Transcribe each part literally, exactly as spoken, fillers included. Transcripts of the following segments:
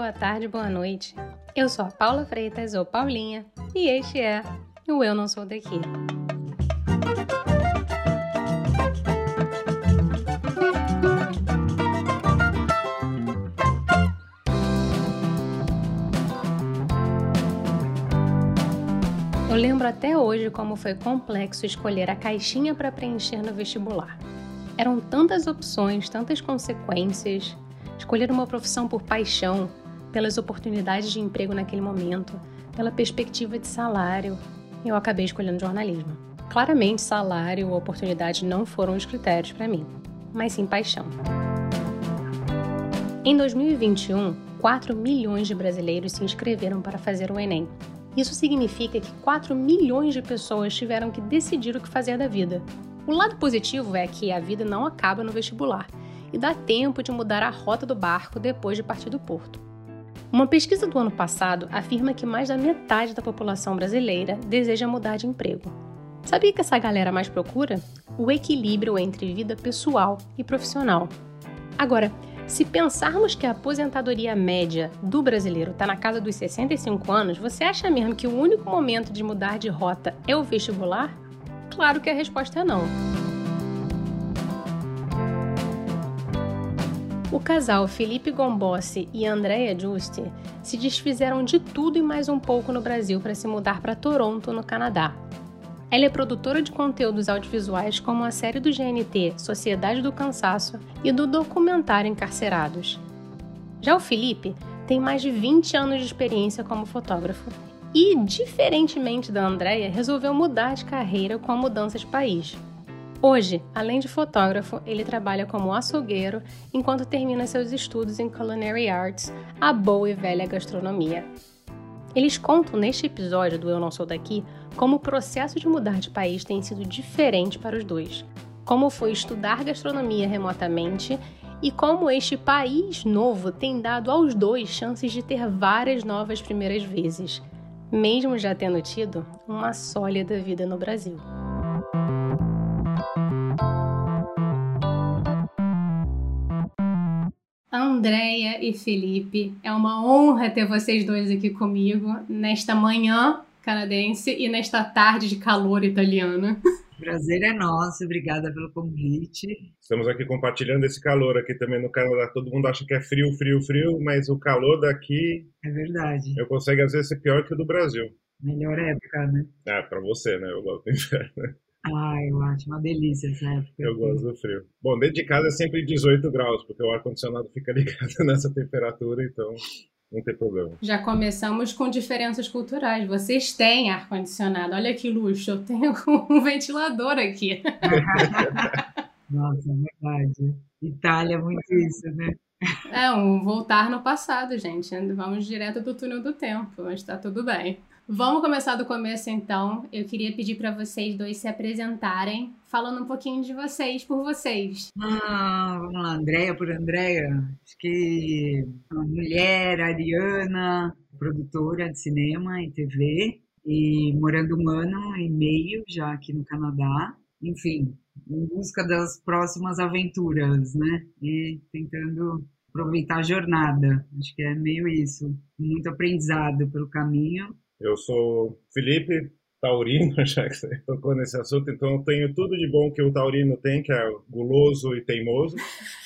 boa tarde, boa noite. Eu sou a Paula Freitas, ou Paulinha, e este é o Eu Não Sou Daqui. Eu lembro até hoje como foi complexo escolher a caixinha para preencher no vestibular. Eram tantas opções, tantas consequências. Escolher uma profissão por paixão, pelas oportunidades de emprego naquele momento, pela perspectiva de salário. Eu acabei escolhendo jornalismo. Claramente, salário ou oportunidade não foram os critérios para mim, mas sim paixão. Em dois mil e vinte e um, quatro milhões de brasileiros se inscreveram para fazer o Enem. Isso significa que quatro milhões de pessoas tiveram que decidir o que fazer da vida. O lado positivo é que a vida não acaba no vestibular e dá tempo de mudar a rota do barco depois de partir do porto. Uma pesquisa do ano passado afirma que mais da metade da população brasileira deseja mudar de emprego. Sabia que essa galera mais procura? O equilíbrio entre vida pessoal e profissional. Agora, se pensarmos que a aposentadoria média do brasileiro está na casa dos sessenta e cinco anos, você acha mesmo que o único momento de mudar de rota é o vestibular? Claro que a resposta é não. O casal Felipe Gombossi e Andrea Giusti se desfizeram de tudo e mais um pouco no Brasil para se mudar para Toronto, no Canadá. Ela é produtora de conteúdos audiovisuais como a série do G N T Sociedade do Cansaço e do documentário Encarcerados. Já o Felipe tem mais de vinte anos de experiência como fotógrafo e, diferentemente da Andrea, resolveu mudar de carreira com a mudança de país. Hoje, além de fotógrafo, ele trabalha como açougueiro enquanto termina seus estudos em Culinary Arts, a boa e velha gastronomia. Eles contam neste episódio do Eu Não Sou Daqui como o processo de mudar de país tem sido diferente para os dois, como foi estudar gastronomia remotamente e como este país novo tem dado aos dois chances de ter várias novas primeiras vezes, mesmo já tendo tido uma sólida vida no Brasil. Andrea e Felipe, é uma honra ter vocês dois aqui comigo nesta manhã canadense e nesta tarde de calor italiana. Prazer é nosso, obrigada pelo convite. Estamos aqui compartilhando esse calor aqui também no Canadá. Todo mundo acha que é frio, frio, frio, mas o calor daqui... É verdade. Eu consigo às vezes ser pior que o do Brasil. Melhor época, né? Ah, pra você, né? Eu gosto do inverno. Ah, eu acho uma delícia essa época. Eu gosto do frio. Bom, dentro de casa é sempre dezoito graus, porque o ar-condicionado fica ligado nessa temperatura, então não tem problema. Já começamos com diferenças culturais. Vocês têm ar-condicionado. Olha que luxo, eu tenho um ventilador aqui. Nossa, é verdade. Itália é muito isso, né? É, um voltar no passado, gente. Vamos direto do túnel do tempo, mas tá tudo bem. Vamos começar do começo, então. Eu queria pedir para vocês dois se apresentarem, falando um pouquinho de vocês por vocês. Ah, vamos lá, Andrea por Andrea. Acho que uma mulher, ariana, produtora de cinema e T V, e morando um ano e meio já aqui no Canadá. Enfim, em busca das próximas aventuras, né? E tentando aproveitar a jornada. Acho que é meio isso. Muito aprendizado pelo caminho. Eu sou Felipe, taurino, já que você tocou nesse assunto, então eu tenho tudo de bom que o taurino tem, que é guloso e teimoso.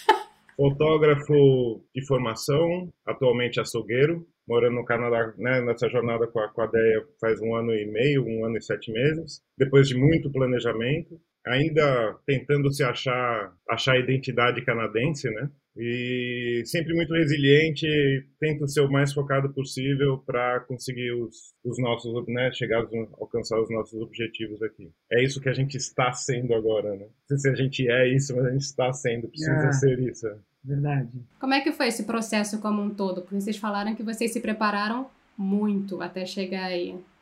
Fotógrafo de formação, atualmente açougueiro, morando no Canadá, né, nessa jornada com a, com a Deia faz um ano e meio, um ano e sete meses. Depois de muito planejamento, ainda tentando se achar, achar a identidade canadense, né? E sempre muito resiliente, tento ser o mais focado possível para conseguir os, os nossos, né, chegar, alcançar os nossos objetivos aqui. É isso que a gente está sendo agora, né? Não sei se a gente é isso, mas a gente está sendo, precisa É. ser isso. Verdade. Como é que foi esse processo como um todo? Porque vocês falaram que vocês se prepararam muito até chegar aí.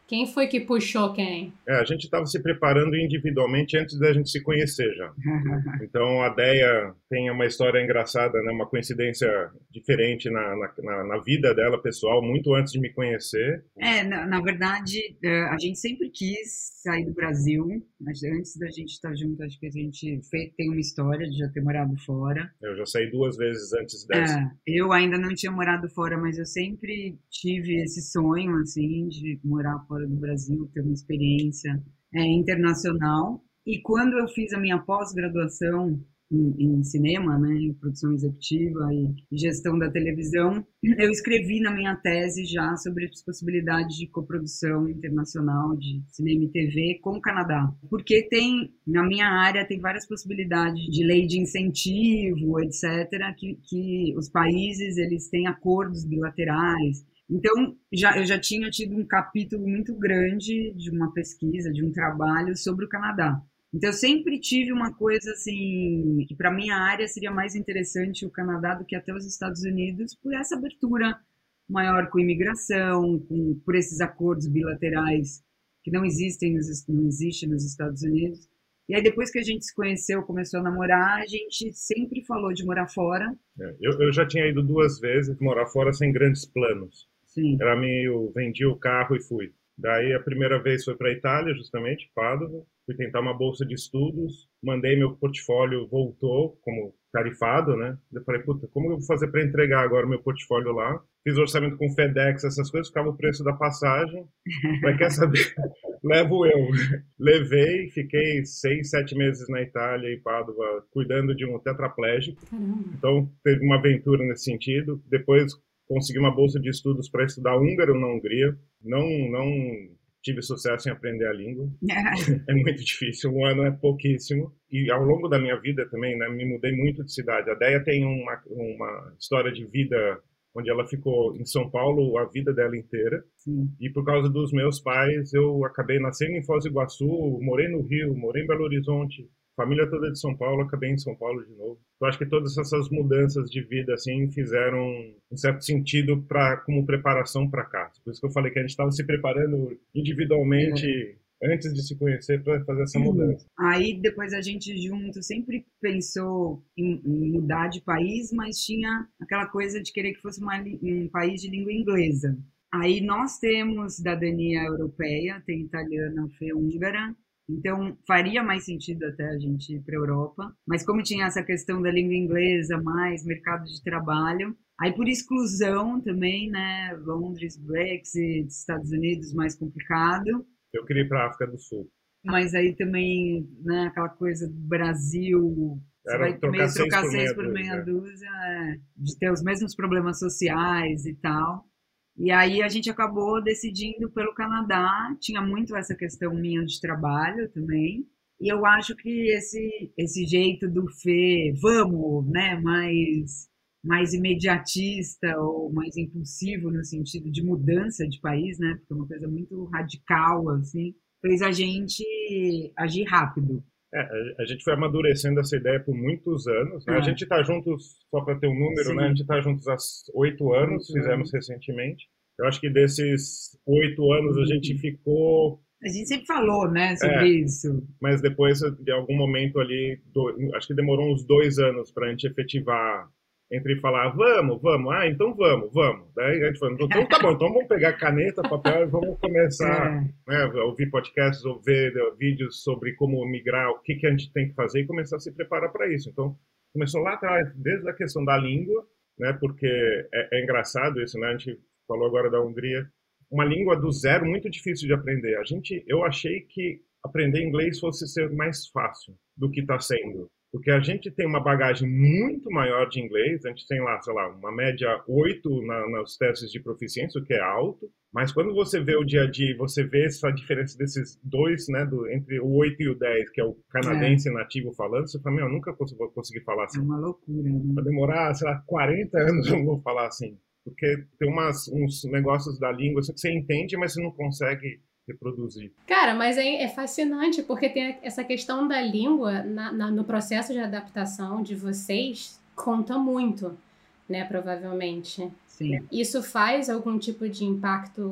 Quem foi que puxou quem? É, a gente estava se preparando individualmente antes da gente se conhecer já. Então a Deia tem uma história engraçada, né? Uma coincidência diferente na, na, na vida dela pessoal, muito antes de me conhecer. É, na, na verdade, a gente sempre quis sair do Brasil, mas antes da gente estar junto, acho que a gente fez, tem uma história de já ter morado fora. Eu já saí duas vezes antes dessa. É, eu ainda não tinha morado fora, mas eu sempre tive esse sonho, assim, de morar fora do Brasil, ter uma experiência é, internacional. E quando eu fiz a minha pós-graduação em, em cinema, né, em produção executiva e gestão da televisão, eu escrevi na minha tese já sobre as possibilidades de coprodução internacional de cinema e T V com o Canadá. Porque tem, na minha área, tem várias possibilidades de lei de incentivo, etcétera, que, que os países eles têm acordos bilaterais. Então, já, eu já tinha tido um capítulo muito grande de uma pesquisa, de um trabalho sobre o Canadá. Então, eu sempre tive uma coisa assim, que para minha área seria mais interessante o Canadá do que até os Estados Unidos, por essa abertura maior com imigração, com, por esses acordos bilaterais que não existem nos, não existe nos Estados Unidos. E aí, depois que a gente se conheceu, começou a namorar, a gente sempre falou de morar fora. É, eu, eu já tinha ido duas vezes morar fora sem grandes planos. Sim. Era meio, vendi o carro e fui. Daí a primeira vez foi para a Itália, justamente, Padova. Fui tentar uma bolsa de estudos, mandei meu portfólio, voltou como tarifado, né? Eu falei, puta, como eu vou fazer para entregar agora o meu portfólio lá? Fiz orçamento com FedEx, essas coisas, ficava o preço da passagem. Mas quer saber? Levo eu. Levei, fiquei seis, sete meses na Itália e Padova, cuidando de um tetraplégico. Caramba. Então, teve uma aventura nesse sentido. Depois, consegui uma bolsa de estudos para estudar húngaro na Hungria. Não, não tive sucesso em aprender a língua. É muito difícil, um ano é pouquíssimo. E ao longo da minha vida também, né, me mudei muito de cidade. A Deia tem uma, uma história de vida onde ela ficou em São Paulo a vida dela inteira. Sim. E por causa dos meus pais, eu acabei nascendo em Foz do Iguaçu, morei no Rio, morei em Belo Horizonte, família toda de São Paulo, acabei em São Paulo de novo. Eu acho que todas essas mudanças de vida assim fizeram um certo sentido para como preparação para cá. Por isso que eu falei que a gente estava se preparando individualmente é. antes de se conhecer para fazer essa mudança. Aí depois a gente junto sempre pensou em, em mudar de país, mas tinha aquela coisa de querer que fosse uma, um país de língua inglesa. Aí nós temos cidadania europeia, tem italiana, húngara. Então, faria mais sentido até a gente ir para a Europa. Mas como tinha essa questão da língua inglesa, mais mercado de trabalho, aí por exclusão também, né? Londres, Brexit, Estados Unidos, mais complicado. Eu queria ir para a África do Sul. Mas aí também, né, aquela coisa do Brasil... Você Era vai trocar meio seis trocar por seis meia por dúzia, meia né? dúzia, é, de ter os mesmos problemas sociais e tal. E aí a gente acabou decidindo pelo Canadá, tinha muito essa questão minha de trabalho também, e eu acho que esse, esse jeito do Fê, vamos, né, mais, mais imediatista ou mais impulsivo no sentido de mudança de país, né, porque é uma coisa muito radical, assim, fez a gente agir rápido. É, a gente foi amadurecendo essa ideia por muitos anos, né? É. A gente está juntos, só para ter um número, Sim. né? A gente está juntos há oito anos, Oito fizemos anos. recentemente. Eu acho que desses oito anos a gente ficou... A gente sempre falou, né, sobre É. isso. Mas depois, de algum momento ali, do- acho que demorou uns dois anos para a gente efetivar, entre falar, vamos, vamos, ah, então vamos, vamos. Daí a gente falou, então tá bom, então vamos pegar caneta, papel e vamos começar... É. né, ouvir podcasts ou ver uh, vídeos sobre como migrar, o que, que a gente tem que fazer e começar a se preparar para isso. Então, começou lá atrás, desde a questão da língua, né, porque é, é engraçado isso, né, a gente falou agora da Hungria, uma língua do zero muito difícil de aprender. A gente, eu achei que aprender inglês fosse ser mais fácil do que está sendo. Porque a gente tem uma bagagem muito maior de inglês, a gente tem lá, sei lá, uma média oito na, nos testes de proficiência, o que é alto, mas quando você vê o dia a dia, você vê essa diferença desses dois, né, do, entre o oito e o dez, que é o canadense É. nativo falando, você fala, meu, eu nunca vou conseguir falar É assim. uma loucura, né? Vai demorar, sei lá, quarenta anos eu não vou falar assim. Porque tem umas, uns negócios da língua que você entende, mas você não consegue reproduzir. Cara, mas é, é fascinante porque tem essa questão da língua na, na, no processo de adaptação de vocês conta muito, né, provavelmente. Sim. Isso faz algum tipo de impacto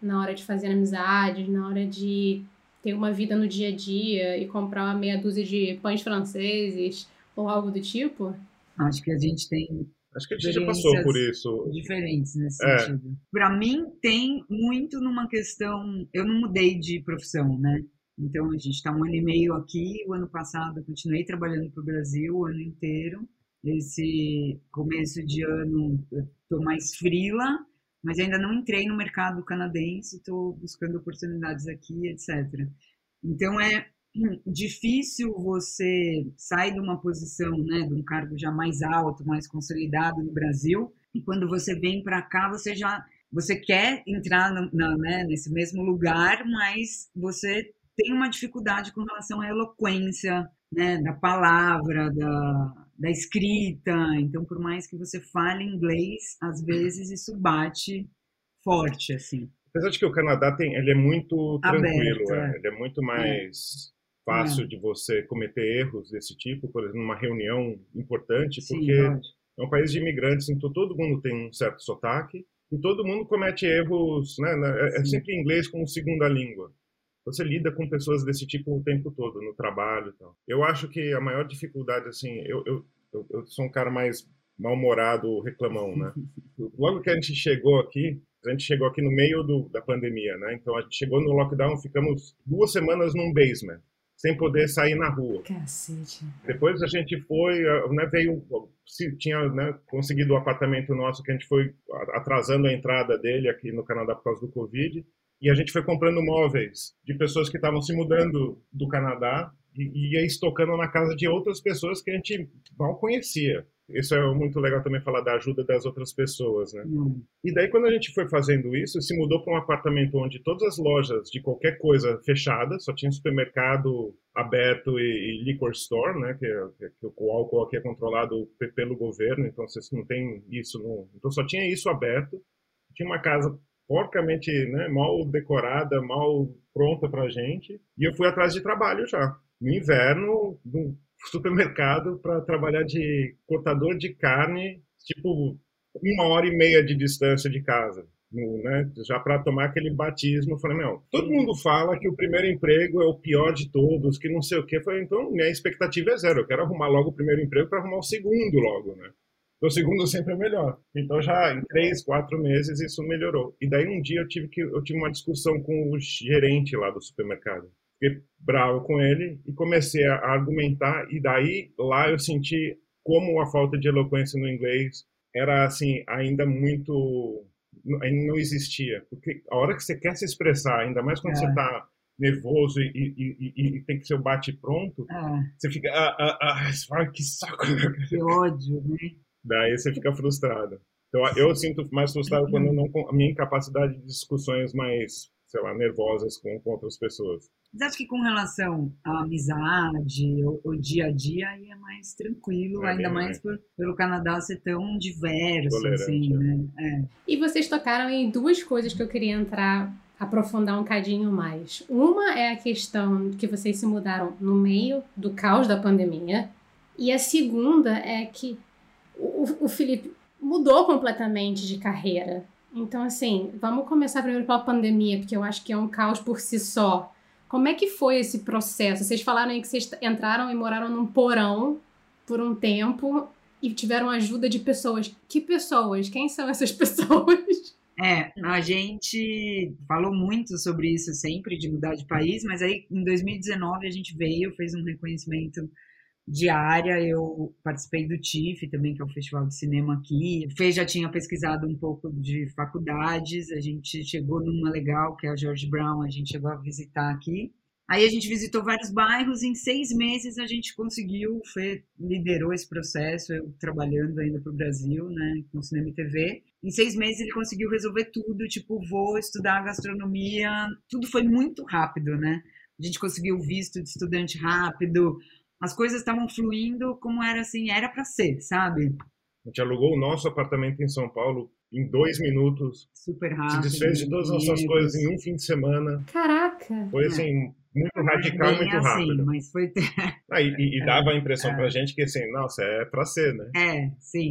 na hora de fazer amizades, na hora de ter uma vida no dia a dia e comprar uma meia dúzia de pães franceses ou algo do tipo? Acho que a gente tem Acho que a gente já passou por experiências isso. diferentes nesse É. sentido. Para mim, tem muito numa questão... Eu não mudei de profissão, né? Então, a gente está um ano e meio aqui. O ano passado, eu continuei trabalhando para o Brasil o ano inteiro. Esse começo de ano, eu estou mais freela, mas ainda não entrei no mercado canadense. Estou buscando oportunidades aqui, etcétera. Então, é difícil você sair de uma posição, né, de um cargo já mais alto, mais consolidado no Brasil, e quando você vem para cá, você já você quer entrar na, na, né, nesse mesmo lugar, mas você tem uma dificuldade com relação à eloquência, né, da palavra, da, da escrita. Então, por mais que você fale inglês, às vezes isso bate forte, assim. Apesar de que o Canadá tem, ele é muito tranquilo, Aberto, é. é. Ele é muito mais fácil É. de você cometer erros desse tipo, por exemplo, numa reunião importante, Sim, porque lógico. é um país de imigrantes, então todo mundo tem um certo sotaque e todo mundo comete erros, né? É, é Sim. sempre inglês como segunda língua. Você lida com pessoas desse tipo o tempo todo, no trabalho e tal. Eu acho que a maior dificuldade, assim, eu, eu, eu, eu sou um cara mais mal-humorado, reclamão, né? Logo que a gente chegou aqui, a gente chegou aqui no meio do, da pandemia, né? Então a gente chegou no lockdown, ficamos duas semanas num basement, sem poder sair na rua. Cacete. Depois a gente foi, né, veio, se tinha, né, conseguido o apartamento nosso, que a gente foi atrasando a entrada dele aqui no Canadá por causa do Covid, e a gente foi comprando móveis de pessoas que estavam se mudando do Canadá e, e ia estocando na casa de outras pessoas que a gente mal conhecia. Isso é muito legal também falar da ajuda das outras pessoas, né? Hum. E daí quando a gente foi fazendo isso, se mudou para um apartamento onde todas as lojas de qualquer coisa fechadas, só tinha supermercado aberto e, e liquor store, né? Que, que, que o álcool aqui é controlado pelo governo, então vocês não tem isso, no, então só tinha isso aberto. Tinha uma casa porcamente, né, mal decorada, mal pronta pra gente, e eu fui atrás de trabalho já. No inverno, no supermercado, para trabalhar de cortador de carne, tipo uma hora e meia de distância de casa, no, né, já para tomar aquele batismo. Eu falei, meu, todo mundo fala que o primeiro emprego é o pior de todos, que não sei o quê. Eu falei, então minha expectativa é zero, eu quero arrumar logo o primeiro emprego para arrumar o segundo logo, né? O segundo sempre é melhor. Então já em três, quatro meses isso melhorou. E daí um dia eu tive que eu tive uma discussão com o gerente lá do supermercado. Fiquei bravo com ele e comecei a argumentar, e daí lá eu senti como a falta de eloquência no inglês era assim ainda muito, ainda não existia, porque a hora que você quer se expressar, ainda mais quando É. você está nervoso e, e, e, e tem que ser o bate pronto, É, você fica ah, ah, ah, ah, que saco. que ódio, né? Daí você fica frustrado. Então eu sinto mais frustrado quando eu não, a minha incapacidade de discussões mais, sei lá, nervosas com, com outras pessoas. Mas acho que com relação à amizade, o, o dia a dia, aí é mais tranquilo, É ainda bem mais mais. por, pelo Canadá ser tão diverso, Tolerante, assim, é. né? É. E vocês tocaram em duas coisas que eu queria entrar, aprofundar um cadinho mais. Uma é a questão que vocês se mudaram no meio do caos da pandemia. E a segunda é que o, o Felipe mudou completamente de carreira. Então, assim, vamos começar primeiro pela pandemia, porque eu acho que é um caos por si só. Como é que foi esse processo? Vocês falaram aí que vocês entraram e moraram num porão por um tempo e tiveram ajuda de pessoas. Que pessoas? Quem são essas pessoas? É, a gente falou muito sobre isso sempre, de mudar de país, mas aí em dois mil e dezenove a gente veio, fez um reconhecimento de área. Eu participei do T I F também, que é o Festival de Cinema aqui. Fê já tinha pesquisado um pouco de faculdades, a gente chegou numa legal, que é a George Brown, a gente chegou a visitar aqui. Aí a gente visitou vários bairros, em seis meses a gente conseguiu, o Fê liderou esse processo, eu trabalhando ainda para o Brasil, né, com cinema e T V. Em seis meses ele conseguiu resolver tudo, tipo, vou estudar gastronomia, tudo foi muito rápido, né? A gente conseguiu visto de estudante rápido, as coisas estavam fluindo como era assim, era para ser, sabe? A gente alugou o nosso apartamento em São Paulo em dois minutos, Super se rápido. desfez de todas as nossas amigos. coisas em um fim de semana. Caraca! Foi assim, muito radical e Bem muito assim, rápido. mas foi... Ah, e, e- e dava a impressão É. pra gente que assim, nossa, é pra ser, né? É, sim.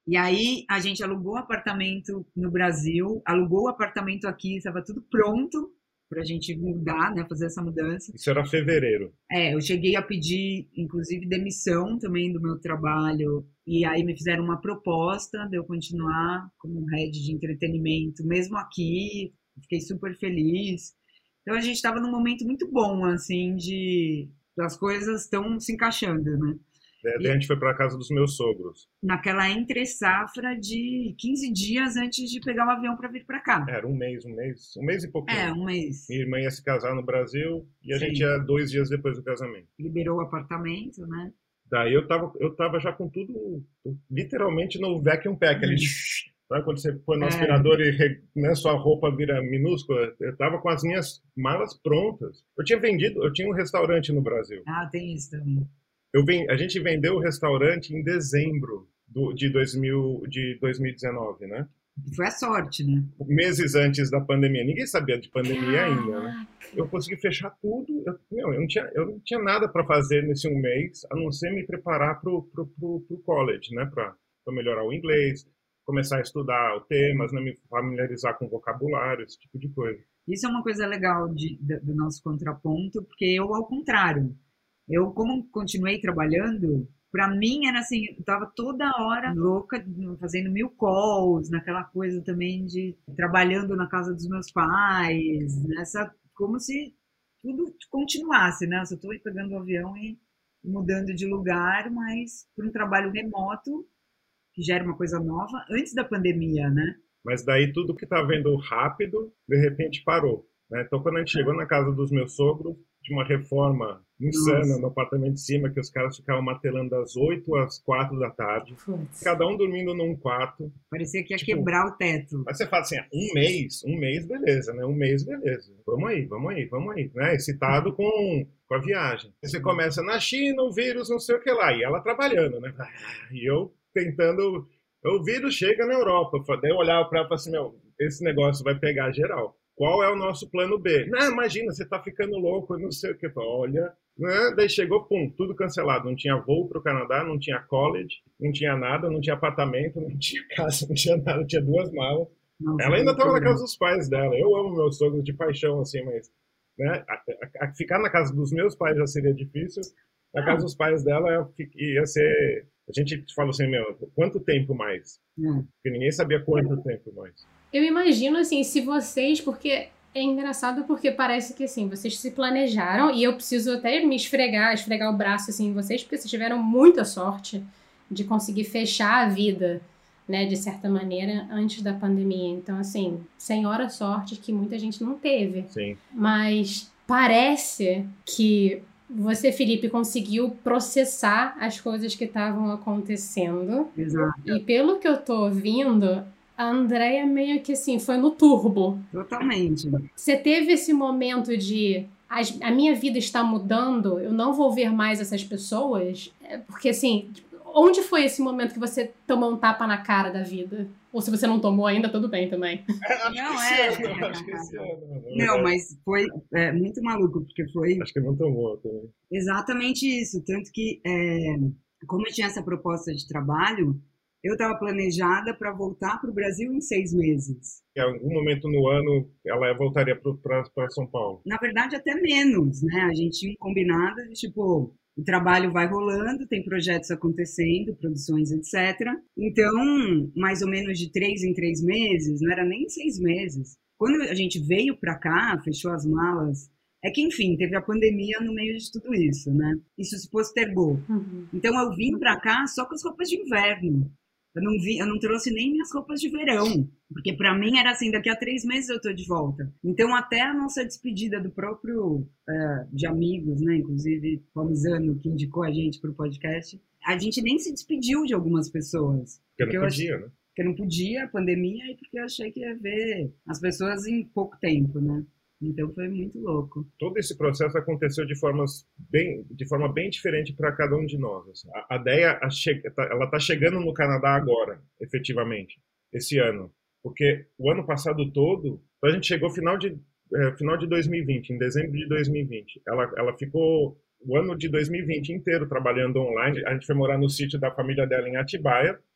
E aí a gente alugou o apartamento no Brasil, alugou o apartamento aqui, estava tudo pronto para a gente mudar, né, fazer essa mudança. Isso era fevereiro. É, eu cheguei a pedir, inclusive, demissão também do meu trabalho, e aí me fizeram uma proposta de eu continuar como head de entretenimento, mesmo aqui, fiquei super feliz. Então a gente estava num momento muito bom, assim, de as coisas estão se encaixando, né? Daí a gente foi para a casa dos meus sogros. Naquela entre-safra de quinze dias antes de pegar o avião para vir para cá. Era um mês, um mês, um mês e pouquinho. É, um mês. Minha irmã ia se casar no Brasil e a Sim. gente ia dois dias depois do casamento. Liberou o apartamento, né? Daí eu tava, eu tava já com tudo, literalmente no vacuum pack, ali, sabe, quando você põe no aspirador é. e né, sua roupa vira minúscula, eu tava com as minhas malas prontas. Eu tinha vendido, eu tinha um restaurante no Brasil. Ah, tem isso também. Eu vem, a gente vendeu o restaurante em dezembro do, de, dois mil, de dois mil e dezenove, né? Foi a sorte, né? Meses antes da pandemia. Ninguém sabia de pandemia ainda, né? Eu consegui fechar tudo. Eu, meu, eu, não, tinha, eu não tinha nada para fazer nesse um mês, a não ser me preparar para o pro, pro, pro college, né? Para melhorar o inglês, começar a estudar temas, né? Me familiarizar com vocabulário, esse tipo de coisa. Isso é uma coisa legal de, de, do nosso contraponto, porque eu, ao contrário, eu, como continuei trabalhando, para mim era assim, eu tava toda hora louca, fazendo mil calls, naquela coisa também de trabalhando na casa dos meus pais, nessa, como se tudo continuasse, né? Eu só tô pegando o avião e mudando de lugar, mas para um trabalho remoto, que já era uma coisa nova, antes da pandemia, né? Mas daí tudo que estava indo rápido, de repente parou. Né? Então, quando a gente chegou na casa dos meus sogros, de uma reforma insana Nossa. no apartamento de cima, que os caras ficavam martelando das oito às quatro da tarde, Putz. cada um dormindo num quarto. Parecia que ia tipo, quebrar o teto. Mas você fala assim, um mês, um mês, beleza, né? Um mês, beleza. Vamos aí, vamos aí, vamos aí. Né? Excitado com, com a viagem. Você começa na China, o vírus, não sei o que lá, e ela trabalhando, né? E eu tentando... O vírus chega na Europa. Daí eu olhava para ela e falava assim, meu, esse negócio vai pegar geral. Qual é o nosso plano B? Não, imagina, você tá ficando louco, não sei o que. Olha, né? Daí chegou, pum, tudo cancelado. Não tinha voo para o Canadá, não tinha college, não tinha nada, não tinha apartamento, não tinha casa, não tinha nada, tinha duas malas. Não, ela ainda estava na casa dos pais dela. Eu amo meus sogros de paixão, assim, mas né? a, a, a ficar na casa dos meus pais já seria difícil. Na casa dos pais dela ia ser... A gente fala assim, meu, quanto tempo mais? Hum. Porque ninguém sabia quanto tempo mais. Eu imagino, assim, se vocês... Porque é engraçado porque parece que, assim, vocês se planejaram e eu preciso até me esfregar, esfregar o braço, assim, em vocês, porque vocês tiveram muita sorte de conseguir fechar a vida, né, de certa maneira, antes da pandemia. Então, assim, senhora sorte que muita gente não teve. Sim. Mas parece que... Você, Felipe, conseguiu processar as coisas que estavam acontecendo. Exato. E pelo que eu tô ouvindo, a Andrea meio que assim, foi no turbo. Totalmente. Você teve esse momento de a minha vida está mudando, eu não vou ver mais essas pessoas? Porque assim, onde foi esse momento que você tomou um tapa na cara da vida? Ou se você não tomou ainda, tudo bem também. Não, é. Acho que esse ano. Não, mas foi é, muito maluco, porque foi... Acho que não tomou também. Exatamente isso. Tanto que, é, como eu tinha essa proposta de trabalho, eu estava planejada para voltar para o Brasil em seis meses. Em algum momento no ano, ela voltaria para São Paulo? Na verdade, até menos, né? A gente tinha combinado de, tipo... O trabalho vai rolando, tem projetos acontecendo, produções, etcétera. Então, mais ou menos de três em três meses, não era nem seis meses. Quando a gente veio para cá, fechou as malas, é que, enfim, teve a pandemia no meio de tudo isso, né? Isso se postergou. Uhum. Então, eu vim para cá só com as roupas de inverno. Eu não, vi, eu não trouxe nem minhas roupas de verão, porque para mim era assim, daqui a três meses eu tô de volta. Então até a nossa despedida do próprio, é, de amigos, né, inclusive o Amizano, que indicou a gente pro podcast, a gente nem se despediu de algumas pessoas. Porque não podia, achei, né? Porque não podia, a pandemia, e porque eu achei que ia ver as pessoas em pouco tempo, né? Então foi muito louco. Todo esse processo aconteceu de, formas bem, de forma bem diferente para cada um de nós. Assim. A, a Deia, ela está chegando no Canadá agora, efetivamente, esse ano. Porque o ano passado todo, a gente chegou final de, é, final de dois mil e vinte, em dezembro de dois mil e vinte. Ela, ela ficou o ano de dois mil e vinte inteiro trabalhando online. A gente foi morar no sítio da família dela em Atibaia.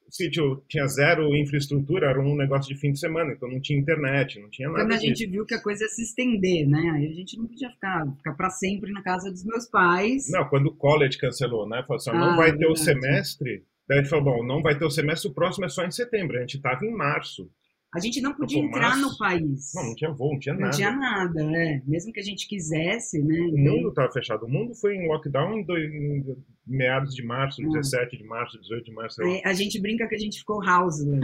o sítio tinha zero infraestrutura, era um negócio de fim de semana, então não tinha internet, não tinha nada Quando a disso. gente viu que a coisa ia se estender, né? Aí a gente não podia ficar, ficar para sempre na casa dos meus pais. Não, quando o college cancelou, né? Falou assim, Ah, não vai ter verdade. o semestre. Daí ele falou, bom, não vai ter o semestre, o próximo é só em setembro. A gente estava em março. A gente não podia Pô, entrar março? no país. Não, não tinha voo, não tinha Não nada. tinha nada, é. Mesmo que a gente quisesse, né? O mundo estava fechado. O mundo foi em lockdown em, dois, em meados de março, dezessete de março, dezoito de março. Aí a gente brinca que a gente ficou houseless.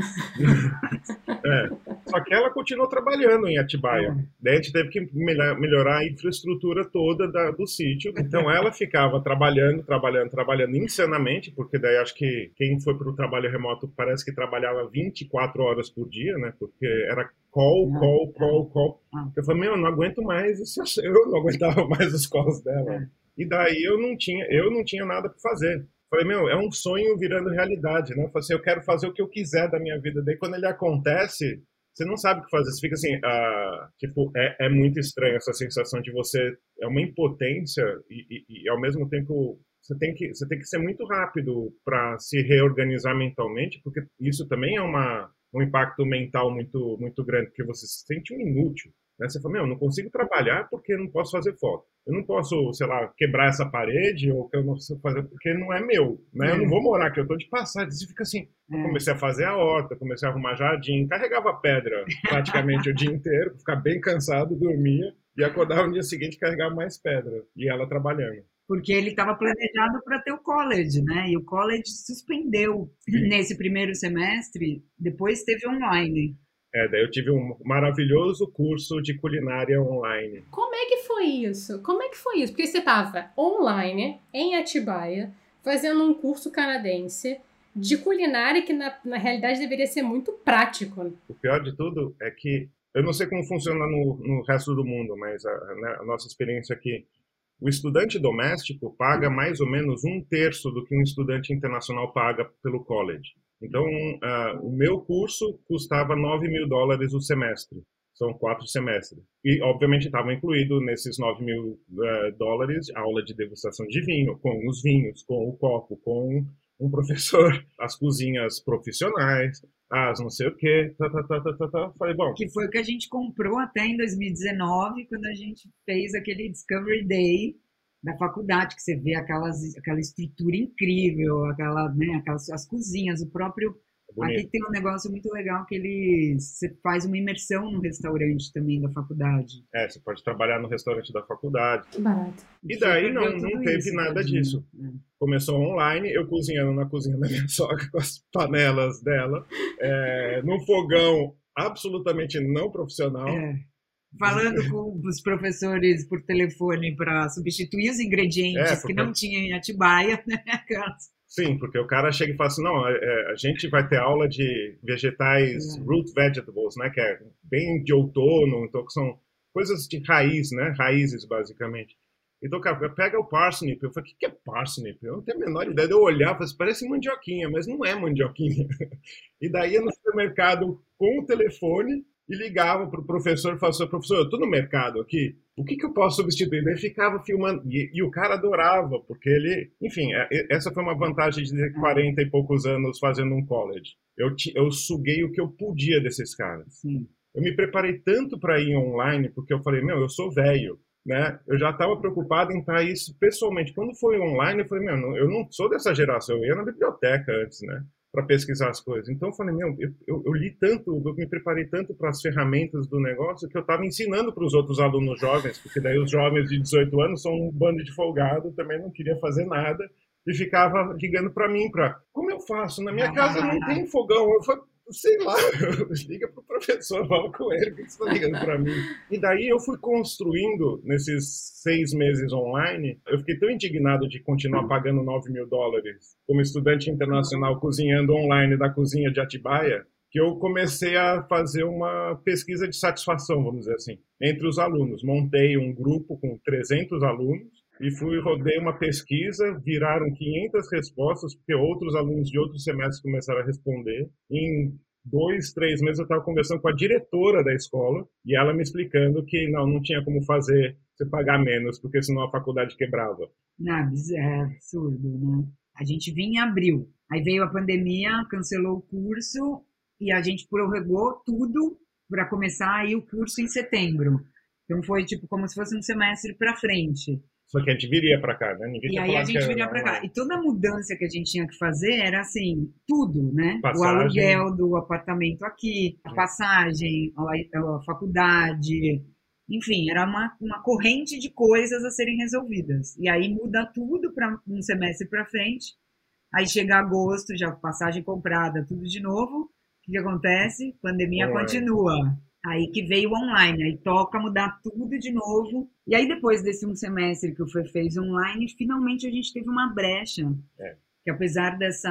É. Só que ela continuou trabalhando em Atibaia. É. Daí a gente teve que melhorar a infraestrutura toda da, do sítio. Então ela ficava trabalhando, trabalhando, trabalhando insanamente, porque daí acho que quem foi para o trabalho remoto parece que trabalhava vinte e quatro horas por dia, né? Porque era call, call, call, call. Eu falei, meu, eu não aguento mais isso. Eu não aguentava mais os calls dela. E daí eu não tinha, eu não tinha nada para fazer. Falei, meu, é um sonho virando realidade, né? Eu falei assim, eu quero fazer o que eu quiser da minha vida. Daí quando ele acontece, você não sabe o que fazer. Você fica assim, ah, tipo, é, é muito estranho essa sensação de você, é uma impotência e, e, e ao mesmo tempo você tem que, você tem que ser muito rápido para se reorganizar mentalmente, porque isso também é uma, um impacto mental muito, muito grande, porque você se sente um inútil. Né? Você fala, meu, eu não consigo trabalhar porque eu não posso fazer foto. Eu não posso, sei lá, quebrar essa parede ou que eu não sei fazer porque não é meu, né? Eu não vou morar aqui, eu tô de passagem. Você fica assim, eu comecei a fazer a horta, comecei a arrumar jardim, carregava pedra praticamente o dia inteiro, ficar bem cansado, dormia e acordava no dia seguinte e carregava mais pedra. E ela trabalhando. Porque ele estava planejado para ter o college, né? E o college suspendeu nesse primeiro semestre, depois teve online. É, daí eu tive um maravilhoso curso de culinária online. Como é que foi isso? Como é que foi isso? Porque você estava online, em Atibaia, fazendo um curso canadense de culinária que, na, na realidade, deveria ser muito prático. O pior de tudo é que, eu não sei como funciona no, no resto do mundo, mas a, né, a nossa experiência aqui, o estudante doméstico paga mais ou menos um terço do que um estudante internacional paga pelo college. Então, uh, o meu curso custava nove mil dólares o semestre. São quatro semestres. E, obviamente, estava incluído nesses nove mil uh, dólares aula de degustação de vinho, com os vinhos, com o copo, com um professor, as cozinhas profissionais, as não sei o quê. Tá, tá, tá, tá, tá, tá. Falei, bom... Que foi o que a gente comprou até em dois mil e dezenove, quando a gente fez aquele Discovery Day da faculdade, que você vê aquelas, aquela estrutura incrível, aquela, né, aquelas as cozinhas, o próprio... Bonito. Aqui tem um negócio muito legal que ele você faz uma imersão no restaurante também da faculdade. É, você pode trabalhar no restaurante da faculdade. Barato. E daí não, não teve isso, nada tadinho. disso. É. Começou online, eu cozinhando na cozinha da minha sogra com as panelas dela, é, num fogão absolutamente não profissional. É. Falando com os professores por telefone para substituir os ingredientes é, porque... que não tinha em Atibaia, né? Sim, porque o cara chega e fala assim, não, é, a gente vai ter aula de vegetais, é. root vegetables, né, que é bem de outono, então que são coisas de raiz, né, raízes basicamente. Então, cara, pega o parsnip, eu falei, o que é parsnip? Eu não tenho a menor ideia de eu olhar, eu falei, parece mandioquinha, mas não é mandioquinha. E daí ia no supermercado com o telefone e ligava para o professor e falava assim, professor, eu estou no mercado aqui, o que, que eu posso substituir? Daí ficava filmando, e, e o cara adorava, porque ele, enfim, essa foi uma vantagem de quarenta e poucos anos fazendo um college. Eu, eu suguei o que eu podia desses caras. Sim. Eu me preparei tanto para ir online, porque eu falei, meu, eu sou velho, né? Eu já estava preocupado em estar isso pessoalmente. Quando foi online, eu falei, meu, eu não sou dessa geração, eu ia na biblioteca antes, né? Para pesquisar as coisas. Então eu falei, meu, eu, eu, eu li tanto, eu me preparei tanto para as ferramentas do negócio que eu estava ensinando para os outros alunos jovens, porque daí os jovens de dezoito anos são um bando de folgado, também não queria fazer nada e ficava ligando para mim, para como eu faço? Na minha casa não tem fogão. Eu falei, sei lá, liga pro professor, fala com ele, por que você está ligando para mim? E daí eu fui construindo, nesses seis meses online, eu fiquei tão indignado de continuar pagando nove mil dólares como estudante internacional cozinhando online da cozinha de Atibaia, que eu comecei a fazer uma pesquisa de satisfação, vamos dizer assim, entre os alunos. Montei um grupo com trezentos alunos, e fui, rodei uma pesquisa, viraram quinhentas respostas, porque outros alunos de outros semestres começaram a responder. Em dois, três meses eu estava conversando com a diretora da escola, e ela me explicando que não, não tinha como fazer você pagar menos, porque senão a faculdade quebrava. Não, é absurdo, né? A gente vinha em abril. Aí veio a pandemia, cancelou o curso e a gente prorrogou tudo para começar aí o curso em setembro. Então foi tipo como se fosse um semestre para frente. Só que a gente viria para cá, né? Ninguém E tinha aí a falado que gente era viria para cá. online. E toda a mudança que a gente tinha que fazer era assim, tudo, né? O Passagem. aluguel do apartamento aqui, a passagem, a, a faculdade, enfim, era uma, uma corrente de coisas a serem resolvidas. E aí muda tudo para um semestre para frente. Aí chega agosto, já passagem comprada, tudo de novo. O que, que acontece? Pandemia Online. continua. Aí que veio o online, aí toca mudar tudo de novo. E aí depois desse um semestre que o Fê fez online, finalmente a gente teve uma brecha. É. Que apesar dessa,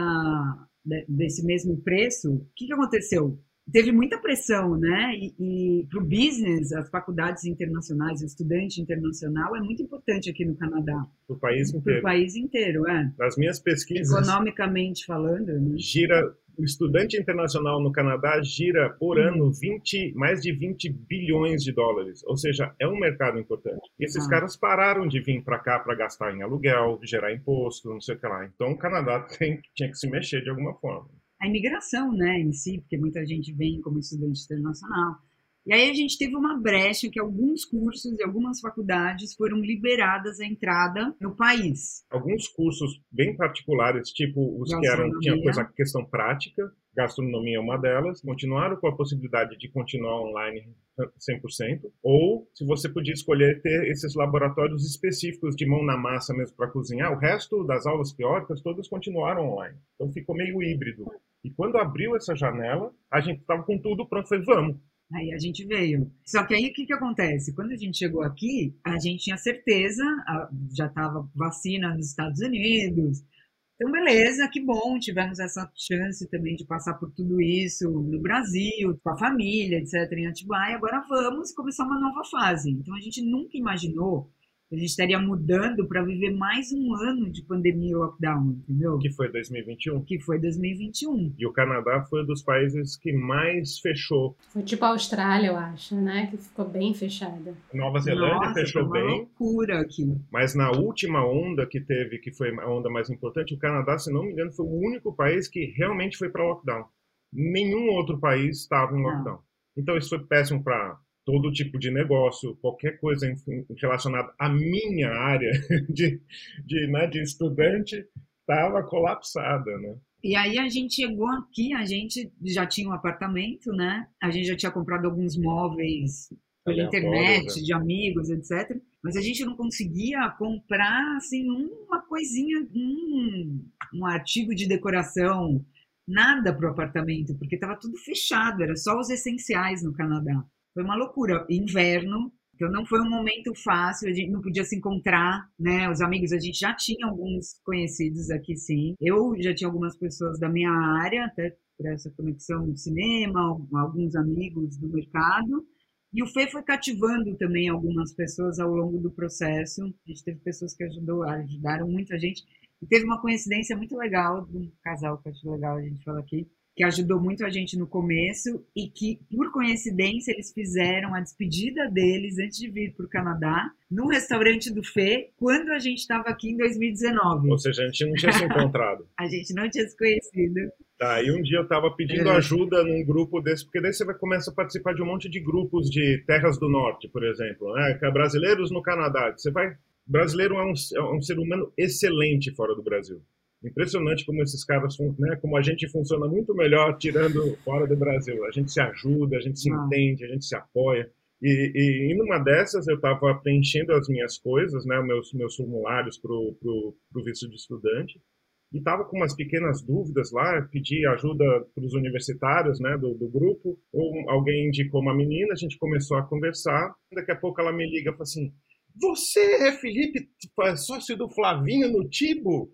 desse mesmo preço, o que, que aconteceu? Teve muita pressão, né? E, e para o business, as faculdades internacionais, o estudante internacional é muito importante aqui no Canadá. Para o país Para inteiro. o país inteiro, é. Nas minhas pesquisas, Economicamente falando, né? gira, o estudante internacional no Canadá gira por Uhum. ano vinte, mais de vinte bilhões de dólares. Ou seja, é um mercado importante. E esses Ah. caras pararam de vir para cá para gastar em aluguel, gerar imposto, não sei o que lá. Então o Canadá tem, tinha que se mexer de alguma forma. A imigração, né, em si, porque muita gente vem como estudante internacional. E aí a gente teve uma brecha que alguns cursos e algumas faculdades foram liberadas a entrada no país. Alguns cursos bem particulares, tipo os que eram, tinha coisa, questão prática, gastronomia é uma delas, continuaram com a possibilidade de continuar online cem por cento, ou se você podia escolher ter esses laboratórios específicos de mão na massa mesmo para cozinhar, o resto das aulas teóricas todas continuaram online. Então ficou meio híbrido. E quando abriu essa janela, a gente estava com tudo pronto, falei, vamos. Aí a gente veio. Só que aí o que, que acontece? Quando a gente chegou aqui, a gente tinha certeza, já estava vacina nos Estados Unidos. Então, beleza, que bom, tivemos essa chance também de passar por tudo isso no Brasil, com a família, etcétera, em Atibaia. Agora vamos começar uma nova fase. Então, a gente nunca imaginou que a gente estaria mudando para viver mais um ano de pandemia e lockdown, entendeu? Que foi dois mil e vinte e um. Que foi dois mil e vinte e um. E o Canadá foi um dos países que mais fechou. Foi tipo a Austrália, eu acho, né? Que ficou bem fechada. Nova Zelândia Nossa, fechou foi uma bem. loucura aqui. Mas na última onda que teve, que foi a onda mais importante, o Canadá, se não me engano, foi o único país que realmente foi para lockdown. Nenhum outro país estava em lockdown. Ah. Então isso foi péssimo para todo tipo de negócio, qualquer coisa relacionada à minha área de, de, né, de estudante estava colapsada, né? E aí a gente chegou aqui, a gente já tinha um apartamento, né? A gente já tinha comprado alguns móveis pela internet, de amigos, etcétera. Mas a gente não conseguia comprar, assim, uma coisinha, um, um artigo de decoração, nada para o apartamento, porque estava tudo fechado, era só os essenciais no Canadá. Foi uma loucura. Inverno, então não foi um momento fácil, a gente não podia se encontrar, né? Os amigos, a gente já tinha alguns conhecidos aqui, sim. Eu já tinha algumas pessoas da minha área, até por essa conexão do cinema, alguns amigos do mercado. E o Fê foi cativando também algumas pessoas ao longo do processo. A gente teve pessoas que ajudou, ajudaram muita gente. E teve uma coincidência muito legal de um casal que eu acho legal a gente falar aqui, que ajudou muito a gente no começo e que, por coincidência, eles fizeram a despedida deles antes de vir para o Canadá, no restaurante do Fê, quando a gente estava aqui em dois mil e dezenove. Ou seja, a gente não tinha se encontrado. A gente não tinha se conhecido. Tá, e um dia eu estava pedindo é. ajuda num grupo desse, porque daí você vai começar a participar de um monte de grupos de terras do norte, por exemplo, né? Brasileiros no Canadá. Você vai... Brasileiro é um, é um ser humano excelente fora do Brasil. Impressionante como esses caras, né, como a gente funciona muito melhor tirando fora do Brasil. A gente se ajuda, a gente se ah. entende, a gente se apoia. E, e, e numa dessas eu estava preenchendo as minhas coisas, né, meus, meus formulários para o visto de estudante, e estava com umas pequenas dúvidas lá, pedi ajuda para os universitários, né, do, do grupo, ou alguém indicou uma menina, a gente começou a conversar, daqui a pouco ela me liga e fala assim, você é Felipe, sócio do Flavinho no Tibo?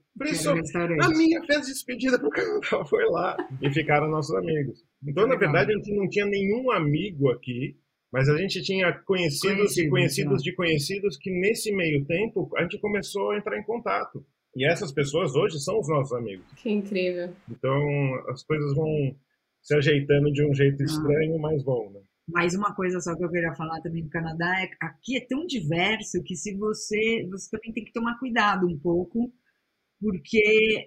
A minha festa de despedida pro Canadá foi lá. E ficaram nossos amigos. Então, na verdade, a gente não tinha nenhum amigo aqui, mas a gente tinha conhecidos Conhecido, e conhecidos de conhecidos que, nesse meio tempo, a gente começou a entrar em contato. E essas pessoas hoje são os nossos amigos. Que incrível. Então, as coisas vão se ajeitando de um jeito estranho, ah. mas vão, né? Mais uma coisa só que eu queria falar também do Canadá, é aqui é tão diverso que se você, você também tem que tomar cuidado um pouco, porque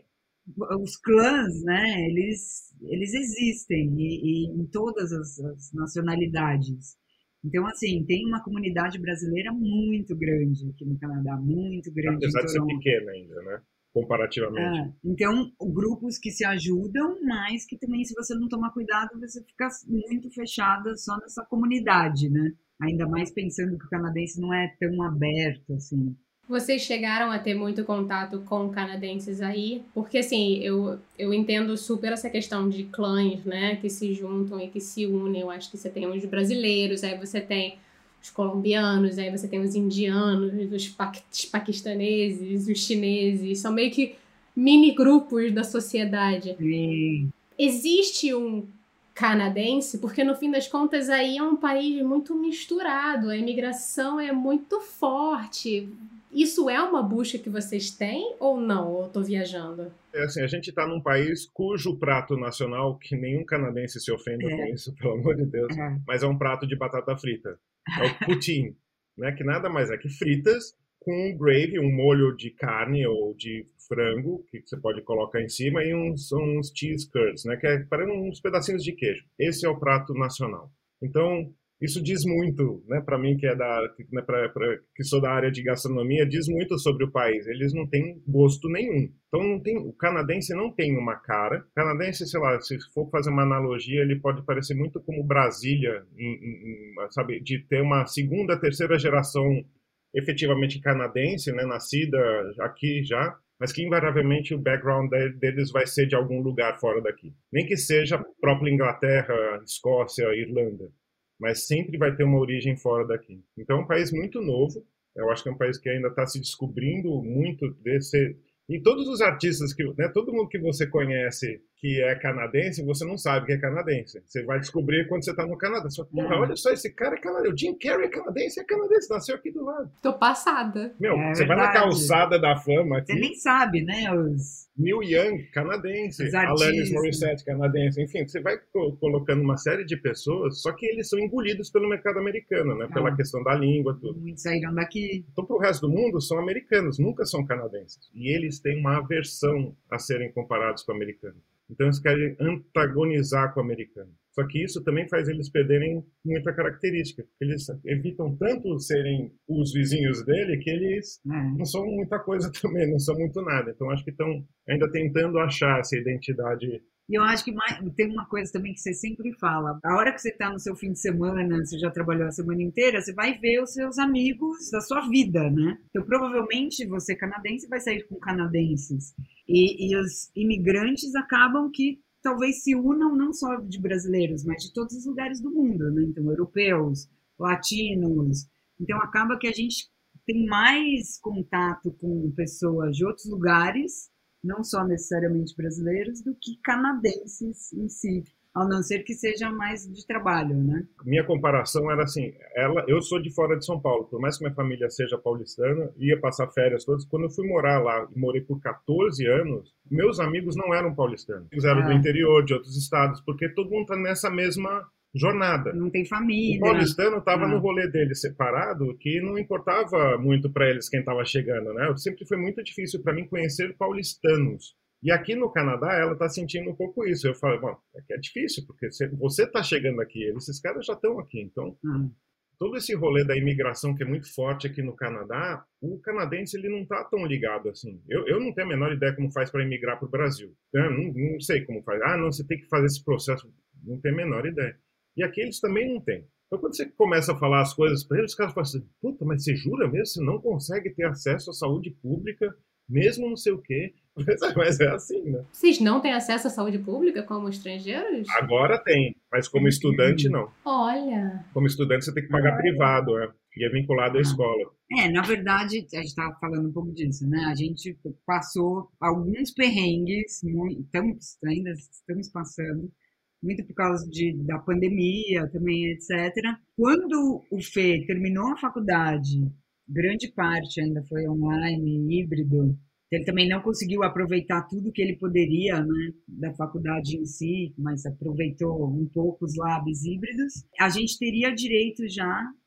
os clãs, né, eles, eles existem e, e em todas as, as nacionalidades. Então, assim, tem uma comunidade brasileira muito grande aqui no Canadá, muito grande em Apesar de ser Toronto. pequena ainda, né? Comparativamente. Ah, então, grupos que se ajudam, mas que também, se você não tomar cuidado, você fica muito fechada só nessa comunidade, né? Ainda mais pensando que o canadense não é tão aberto, assim. Vocês chegaram a ter muito contato com canadenses aí? Porque, assim, eu, eu entendo super essa questão de clãs, né? Que se juntam e que se unem. Eu acho que você tem os brasileiros, aí você tem os colombianos, aí você tem os indianos, os, pa os paquistaneses, os chineses. São meio que mini grupos da sociedade. E... Existe um canadense, porque no fim das contas aí é um país muito misturado, a imigração é muito forte. Isso é uma busca que vocês têm ou não? Ou eu tô viajando? É assim, a gente está num país cujo prato nacional, que nenhum canadense se ofenda É. com isso, pelo amor de Deus, É. mas é um prato de batata frita. É o poutine, né? Que nada mais é que fritas com um gravy, um molho de carne ou de frango, que você pode colocar em cima, e uns, uns cheese curds, né? Que é para uns pedacinhos de queijo. Esse é o prato nacional. Então, isso diz muito, né, para mim que é da, né, pra, pra, que sou da área de gastronomia, diz muito sobre o país. Eles não têm gosto nenhum. Então não tem, o canadense não tem uma cara. O canadense, sei lá, se for fazer uma analogia, ele pode parecer muito como Brasília, em, em, sabe, de ter uma segunda, terceira geração efetivamente canadense, né, nascida aqui já, mas que invariavelmente o background deles vai ser de algum lugar fora daqui. Nem que seja a própria Inglaterra, Escócia, Irlanda, mas sempre vai ter uma origem fora daqui. Então é um país muito novo, eu acho que é um país que ainda está se descobrindo muito desse... E todos os artistas, que, né, todo mundo que você conhece que é canadense, você não sabe que é canadense. Você vai descobrir quando você está no Canadá. Você fala, porra, olha só, esse cara é canadense. O Jim Carrey é canadense, é canadense, nasceu aqui do lado. Tô passada. Meu, É você vai na verdade. calçada da fama aqui... Você nem sabe, né? Os... Neil Young, canadense, Os Alanis artistas. Morissette, canadense, enfim, você vai co- colocando uma série de pessoas, só que eles são engolidos pelo mercado americano, né? Pela Ah. questão da língua, tudo. Muitos saíram daqui. Então, para o resto do mundo, são americanos, nunca são canadenses. E eles têm uma aversão a serem comparados com americanos. Então, eles querem antagonizar com o americano. Só que isso também faz eles perderem muita característica. Eles evitam tanto serem os vizinhos dele que eles É. não são muita coisa também, não são muito nada. Então, acho que estão ainda tentando achar essa identidade. E eu acho que mais, tem uma coisa também que você sempre fala. A hora que você está no seu fim de semana, você já trabalhou a semana inteira, você vai ver os seus amigos da sua vida, né? Então, provavelmente, você canadense vai sair com canadenses. E, e os imigrantes acabam que talvez se unam não só de brasileiros, mas de todos os lugares do mundo, né? Então, europeus, latinos. Então, acaba que a gente tem mais contato com pessoas de outros lugares, não só necessariamente brasileiros, do que canadenses em si, ao não ser que seja mais de trabalho, né? Minha comparação era assim, ela, eu sou de fora de São Paulo, por mais que minha família seja paulistana, ia passar férias todas. Quando eu fui morar lá, morei por catorze anos, meus amigos não eram paulistanos, eles eram Ah. do interior, de outros estados, porque todo mundo está nessa mesma jornada. Não tem família. O paulistano estava Ah. no rolê dele separado, que não importava muito para eles quem estava chegando, né? Sempre foi muito difícil para mim conhecer paulistanos. E aqui no Canadá, ela está sentindo um pouco isso. Eu falo, bom, é que é difícil, porque você está chegando aqui, esses caras já estão aqui. Então, Ah. todo esse rolê da imigração que é muito forte aqui no Canadá, o canadense ele não está tão ligado assim. Eu, eu não tenho a menor ideia como faz para imigrar para o Brasil. Eu não, não sei como faz. Ah, não, você tem que fazer esse processo. Não tenho a menor ideia. E aqui eles também não têm. Então, quando você começa a falar as coisas para eles, os caras falam assim, puta, mas você jura mesmo? Você não consegue ter acesso à saúde pública, mesmo não sei o quê? Mas é assim, né? Vocês não têm acesso à saúde pública como estrangeiros? Agora tem, mas como estudante, não. Olha. Como estudante, você tem que pagar privado, é. E é vinculado à Ah. escola. É, na verdade, a gente estava falando um pouco disso, né? A gente passou alguns perrengues, muito, estamos, ainda estamos passando, muito por causa de, da pandemia também, etcétera. Quando o Fê terminou a faculdade, grande parte ainda foi online, híbrido, ele também não conseguiu aproveitar tudo que ele poderia, né, da faculdade em si, mas aproveitou um pouco os labs híbridos. A gente teria direito já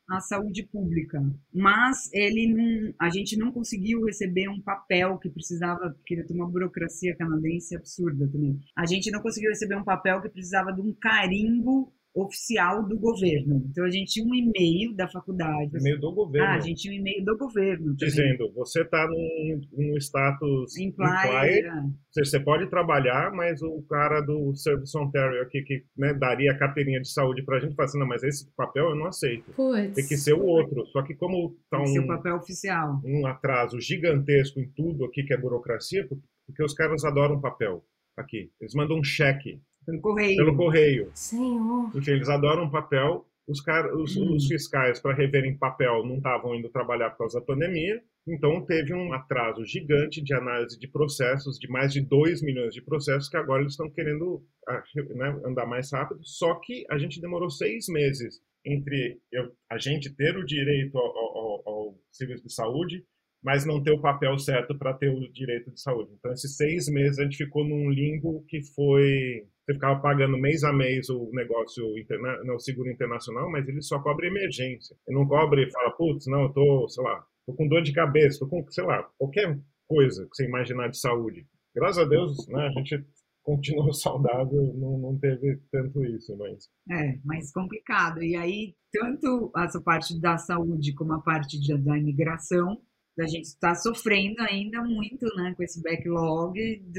a saúde pública, mas ele não, a gente não conseguiu receber um papel que precisava, porque tem uma burocracia canadense absurda também. A gente não conseguiu receber um papel que precisava de um carimbo oficial do governo. Então a gente tinha um e-mail da faculdade. E-mail do governo. Ah, a gente tinha um e-mail do governo. Também. Dizendo, você está num, num status implied, você, você pode trabalhar, mas o cara do Service Ontario aqui que né, daria a carteirinha de saúde para a gente fala assim, não, mas esse papel eu não aceito. Puts. Tem que ser o outro. Só que como está um, o papel oficial. um atraso gigantesco em tudo aqui que é burocracia, porque os caras adoram papel aqui. Eles mandam um cheque. Pelo correio. Pelo correio. Senhor. Enfim, eles adoram papel. Os, car... os, hum. os fiscais, para reverem papel, não estavam indo trabalhar por causa da pandemia. Então, teve um atraso gigante de análise de processos, de mais de dois milhões de processos, que agora eles estão querendo né, andar mais rápido. Só que a gente demorou seis meses entre eu, a gente ter o direito ao, ao, ao serviço de saúde, mas não ter o papel certo para ter o direito de saúde. Então, esses seis meses a gente ficou num limbo que foi... Você ficava pagando mês a mês o negócio, interna... não, o seguro internacional, mas ele só cobre emergência. Ele não cobre e fala, putz, não, eu tô, sei lá, tô com dor de cabeça, tô com, sei lá, qualquer coisa que você imaginar de saúde. Graças a Deus, né, a gente continuou saudável, não, não teve tanto isso, mas... É, mais complicado. E aí, tanto essa parte da saúde como a parte de, da imigração, a gente está sofrendo ainda muito, né, com esse backlog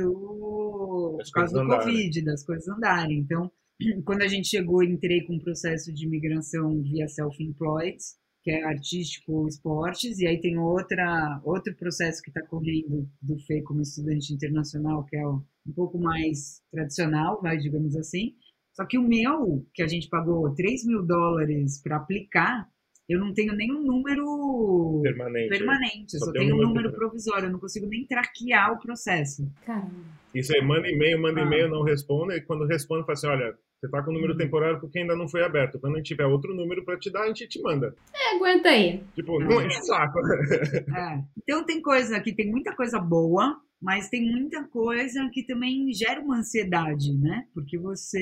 do por causa do Covid, das coisas andarem. Então, quando a gente chegou, entrei com um processo de imigração via self-employed, que é artístico esportes, e aí tem outra, outro processo que está correndo do F E como estudante internacional, que é um pouco mais tradicional, vai, digamos assim. Só que o meu, que a gente pagou três mil dólares para aplicar, eu não tenho nenhum número permanente, permanente só, só tenho um número, número provisório, eu não consigo nem traquear o processo. Caramba. Isso aí, manda e-mail, manda ah. e-mail, não responde, e quando responde, fala assim, olha, você tá com o número hum. temporário porque ainda não foi aberto. Quando a gente tiver outro número para te dar, a gente te manda. É, aguenta aí. Tipo, não é saco. É. Então tem coisa aqui, tem muita coisa boa, mas tem muita coisa que também gera uma ansiedade, né? Porque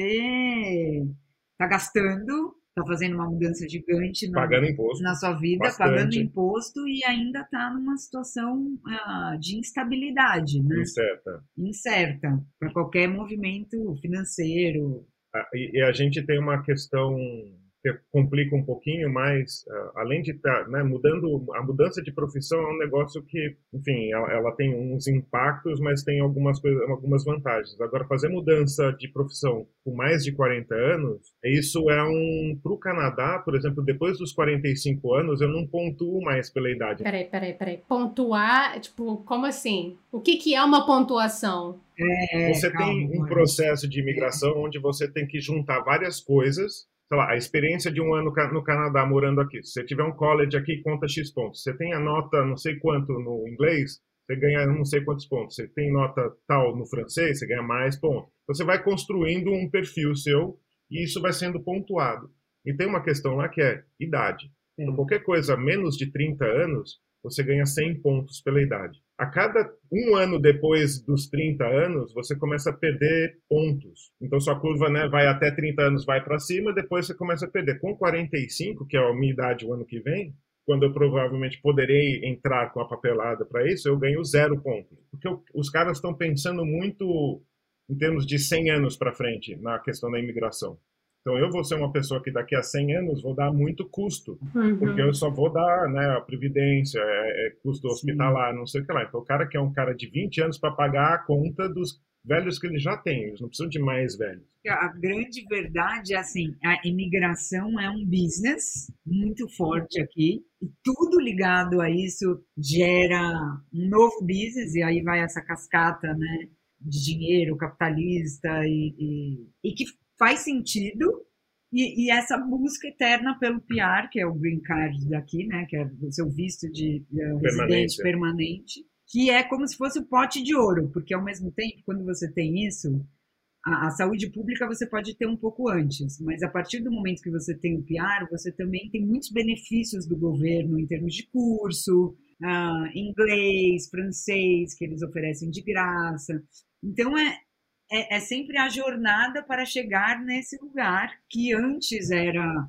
você tá gastando... Está fazendo uma mudança gigante na, pagando imposto, na sua vida, bastante. Pagando imposto e ainda está numa situação uh, de instabilidade, né? Incerta. Incerta, para qualquer movimento financeiro. Ah, e, e a gente tem uma questão que complica um pouquinho mais, uh, além de estar tá, né, mudando, a mudança de profissão é um negócio que, enfim, ela, ela tem uns impactos, mas tem algumas, coisas, algumas vantagens. Agora, fazer mudança de profissão com mais de quarenta anos, isso é um... Para o Canadá, por exemplo, depois dos quarenta e cinco anos, eu não pontuo mais pela idade. Peraí, peraí, peraí. Pontuar, tipo, como assim? O que, que é uma pontuação? É, você calma, tem um mano. processo de imigração é. onde você tem que juntar várias coisas. Sei lá, a experiência de um ano no Canadá morando aqui. Se você tiver um college aqui, conta X pontos. Você tem a nota não sei quanto no inglês, você ganha não sei quantos pontos. Você tem nota tal no francês, você ganha mais pontos. Você vai construindo um perfil seu e isso vai sendo pontuado. E tem uma questão lá que é idade. Então, qualquer coisa menos de trinta anos, você ganha cem pontos pela idade. A cada um ano depois dos trinta anos, você começa a perder pontos. Então, sua curva né, vai até trinta anos, vai para cima, depois você começa a perder. Com quarenta e cinco, que é a minha idade o ano que vem, quando eu provavelmente poderei entrar com a papelada para isso, eu ganho zero pontos. Porque os caras estão pensando muito em termos de cem anos para frente na questão da imigração. Então, eu vou ser uma pessoa que daqui a cem anos vou dar muito custo, uhum. porque eu só vou dar né, a previdência, é, é custo hospitalar, Sim. não sei o que lá. Então, o cara que é um cara de vinte anos para pagar a conta dos velhos que ele já tem, eles não precisam de mais velhos. A grande verdade é assim, a imigração é um business muito forte aqui, e tudo ligado a isso gera um novo business, e aí vai essa cascata né, de dinheiro capitalista e, e, e que faz sentido, e, e essa busca eterna pelo P R, que é o Green Card daqui, né, que é o seu visto de uh, residente permanente, que é como se fosse o pote de ouro, porque ao mesmo tempo, quando você tem isso, a, a saúde pública você pode ter um pouco antes, mas a partir do momento que você tem o P R, você também tem muitos benefícios do governo em termos de curso, uh, inglês, francês, que eles oferecem de graça. Então, é É, é sempre a jornada para chegar nesse lugar que antes era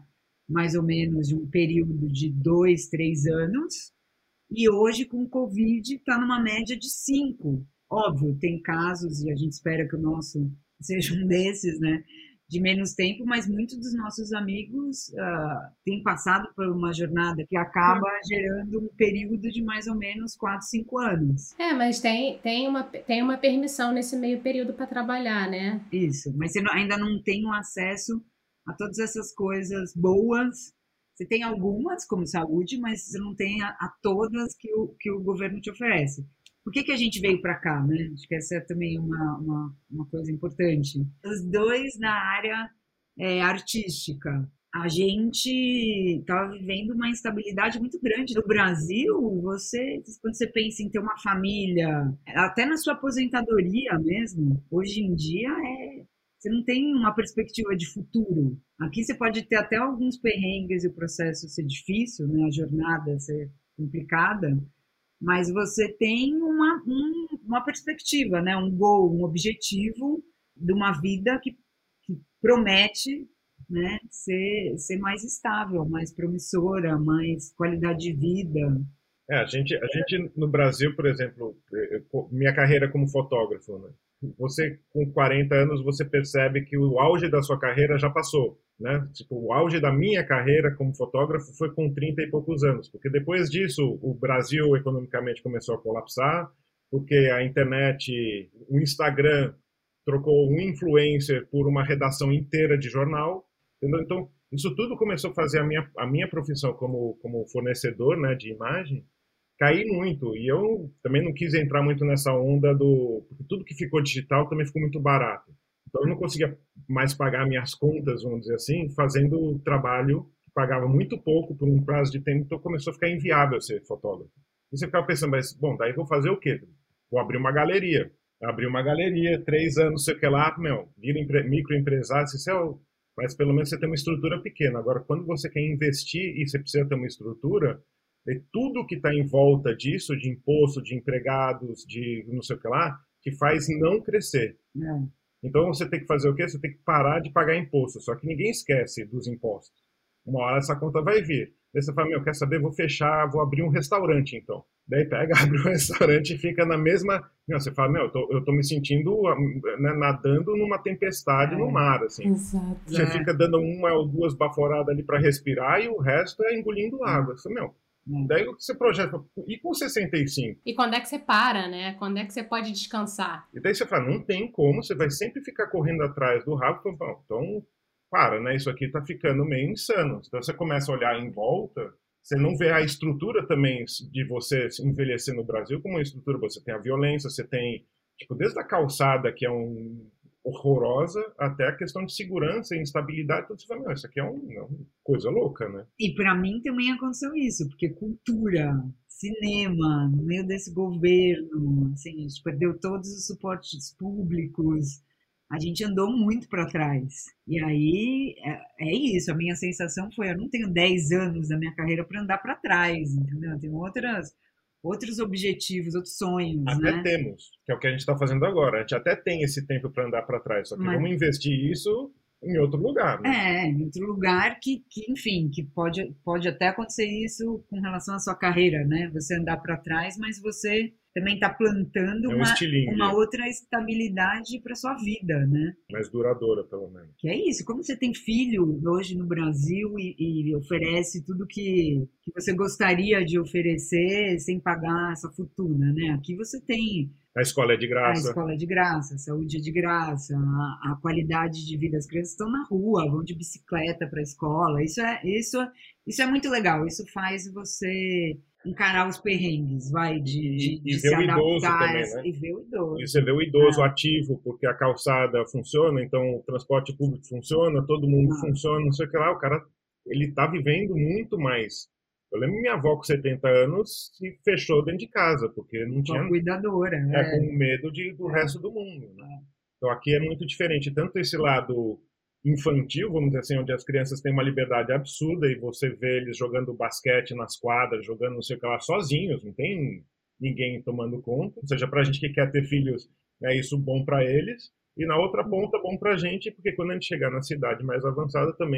mais ou menos de um período de dois, três anos, e hoje, com o Covid, está numa média de cinco. Óbvio, tem casos, e a gente espera que o nosso seja um desses, né? De menos tempo, mas muitos dos nossos amigos uh, têm passado por uma jornada que acaba gerando um período de mais ou menos quatro, cinco anos. É, mas tem, tem, uma, tem uma permissão nesse meio período para trabalhar, né? Isso, mas você não, ainda não tem um acesso a todas essas coisas boas. Você tem algumas, como saúde, mas você não tem a, a todas que o, que o governo te oferece. Por que, que a gente veio para cá, né? Acho que essa é também uma, uma, uma coisa importante. Os dois na área é, artística. A gente estava vivendo uma instabilidade muito grande. No Brasil, você, quando você pensa em ter uma família, até na sua aposentadoria mesmo, hoje em dia é, você não tem uma perspectiva de futuro. Aqui você pode ter até alguns perrengues e o processo ser difícil, né? A jornada ser complicada, mas você tem uma, um, uma perspectiva, né? Um goal, um objetivo de uma vida que, que promete, né? ser, ser mais estável, mais promissora, mais qualidade de vida. É, a gente, a gente no Brasil, por exemplo, minha carreira como fotógrafo, né? Você com quarenta anos, você percebe que o auge da sua carreira já passou, né? Tipo, o auge da minha carreira como fotógrafo foi com trinta e poucos anos, porque depois disso o Brasil economicamente começou a colapsar, porque a internet, o Instagram trocou um influencer por uma redação inteira de jornal, entendeu? Então, isso tudo começou a fazer a minha, a minha profissão como, como fornecedor, né, de imagem cair muito. E eu também não quis entrar muito nessa onda do... Porque tudo que ficou digital também ficou muito barato. Então eu não conseguia mais pagar minhas contas, vamos dizer assim, fazendo trabalho que pagava muito pouco por um prazo de tempo, então começou a ficar inviável ser fotógrafo. E você ficava pensando, mas, bom, daí vou fazer o quê? Vou abrir uma galeria. Abrir uma galeria, três anos, sei o que lá, meu, vira empre... microempresário, você é o... mas pelo menos você tem uma estrutura pequena. Agora, quando você quer investir e você precisa ter uma estrutura, e tudo que está em volta disso, de imposto, de empregados, de não sei o que lá, que faz não crescer. É. Então você tem que fazer o quê? Você tem que parar de pagar imposto. Só que ninguém esquece dos impostos. Uma hora essa conta vai vir. Daí você fala, meu, quer saber? Vou fechar, vou abrir um restaurante então. Daí pega, abre um restaurante e fica na mesma... Não, você fala, meu, eu tô, eu tô me sentindo, né, nadando numa tempestade é. no mar, assim. Exato. Você é. fica dando uma ou duas baforadas ali para respirar e o resto é engolindo água. Você, meu... Daí você projeta, e com sessenta e cinco? E quando é que você para, né? Quando é que você pode descansar? E daí você fala, não tem como, você vai sempre ficar correndo atrás do rabo, então para, né? Isso aqui tá ficando meio insano. Então você começa a olhar em volta, você não vê a estrutura também de você envelhecer no Brasil como uma estrutura, você tem a violência, você tem, tipo, desde a calçada, que é um... horrorosa, até a questão de segurança e instabilidade, tudo isso, meu, isso aqui é, um, é uma coisa louca, né? E para mim também aconteceu isso, porque cultura, cinema, no meio desse governo, assim, a gente perdeu todos os suportes públicos, a gente andou muito para trás. E aí, é, é isso, a minha sensação foi, eu não tenho dez anos da minha carreira para andar para trás, entendeu? Eu tenho outras... outros objetivos, outros sonhos, até né? temos, que é o que a gente está fazendo agora. A gente até tem esse tempo para andar para trás, só que Mas... vamos investir isso em outro lugar. Né? É, em outro lugar que, que, enfim, que pode, pode até acontecer isso com relação à sua carreira, né? Você andar para trás, mas você também está plantando é um uma, uma outra estabilidade para sua vida, né? Mais duradoura, pelo menos. Que é isso, como você tem filho hoje no Brasil e, e oferece tudo que, que você gostaria de oferecer sem pagar essa fortuna, né? Aqui você tem... A escola é de graça. A escola é de graça, a saúde é de graça, a, a qualidade de vida. As crianças estão na rua, vão de bicicleta para a escola. Isso é, isso, isso é muito legal, isso faz você... encarar os perrengues, vai, de, de, de e se ver o idoso adaptar também, né? E ver o idoso. E você vê o idoso ah. ativo, porque a calçada funciona, então o transporte público funciona, todo mundo ah. funciona, não sei o que lá, o cara, ele tá vivendo muito mais. Eu lembro minha avó com setenta anos se fechou dentro de casa, porque não tinha... cuidadora, né? É, com medo de, do é. resto do mundo, né? É. Então aqui é muito diferente, tanto esse lado... infantil, vamos dizer assim, onde as crianças têm uma liberdade absurda e você vê eles jogando basquete nas quadras, jogando não sei o que lá, sozinhos, não tem ninguém tomando conta. Ou seja, para a gente que quer ter filhos, é isso bom para eles. E na outra ponta, bom para a gente, porque quando a gente chegar na cidade mais avançada também,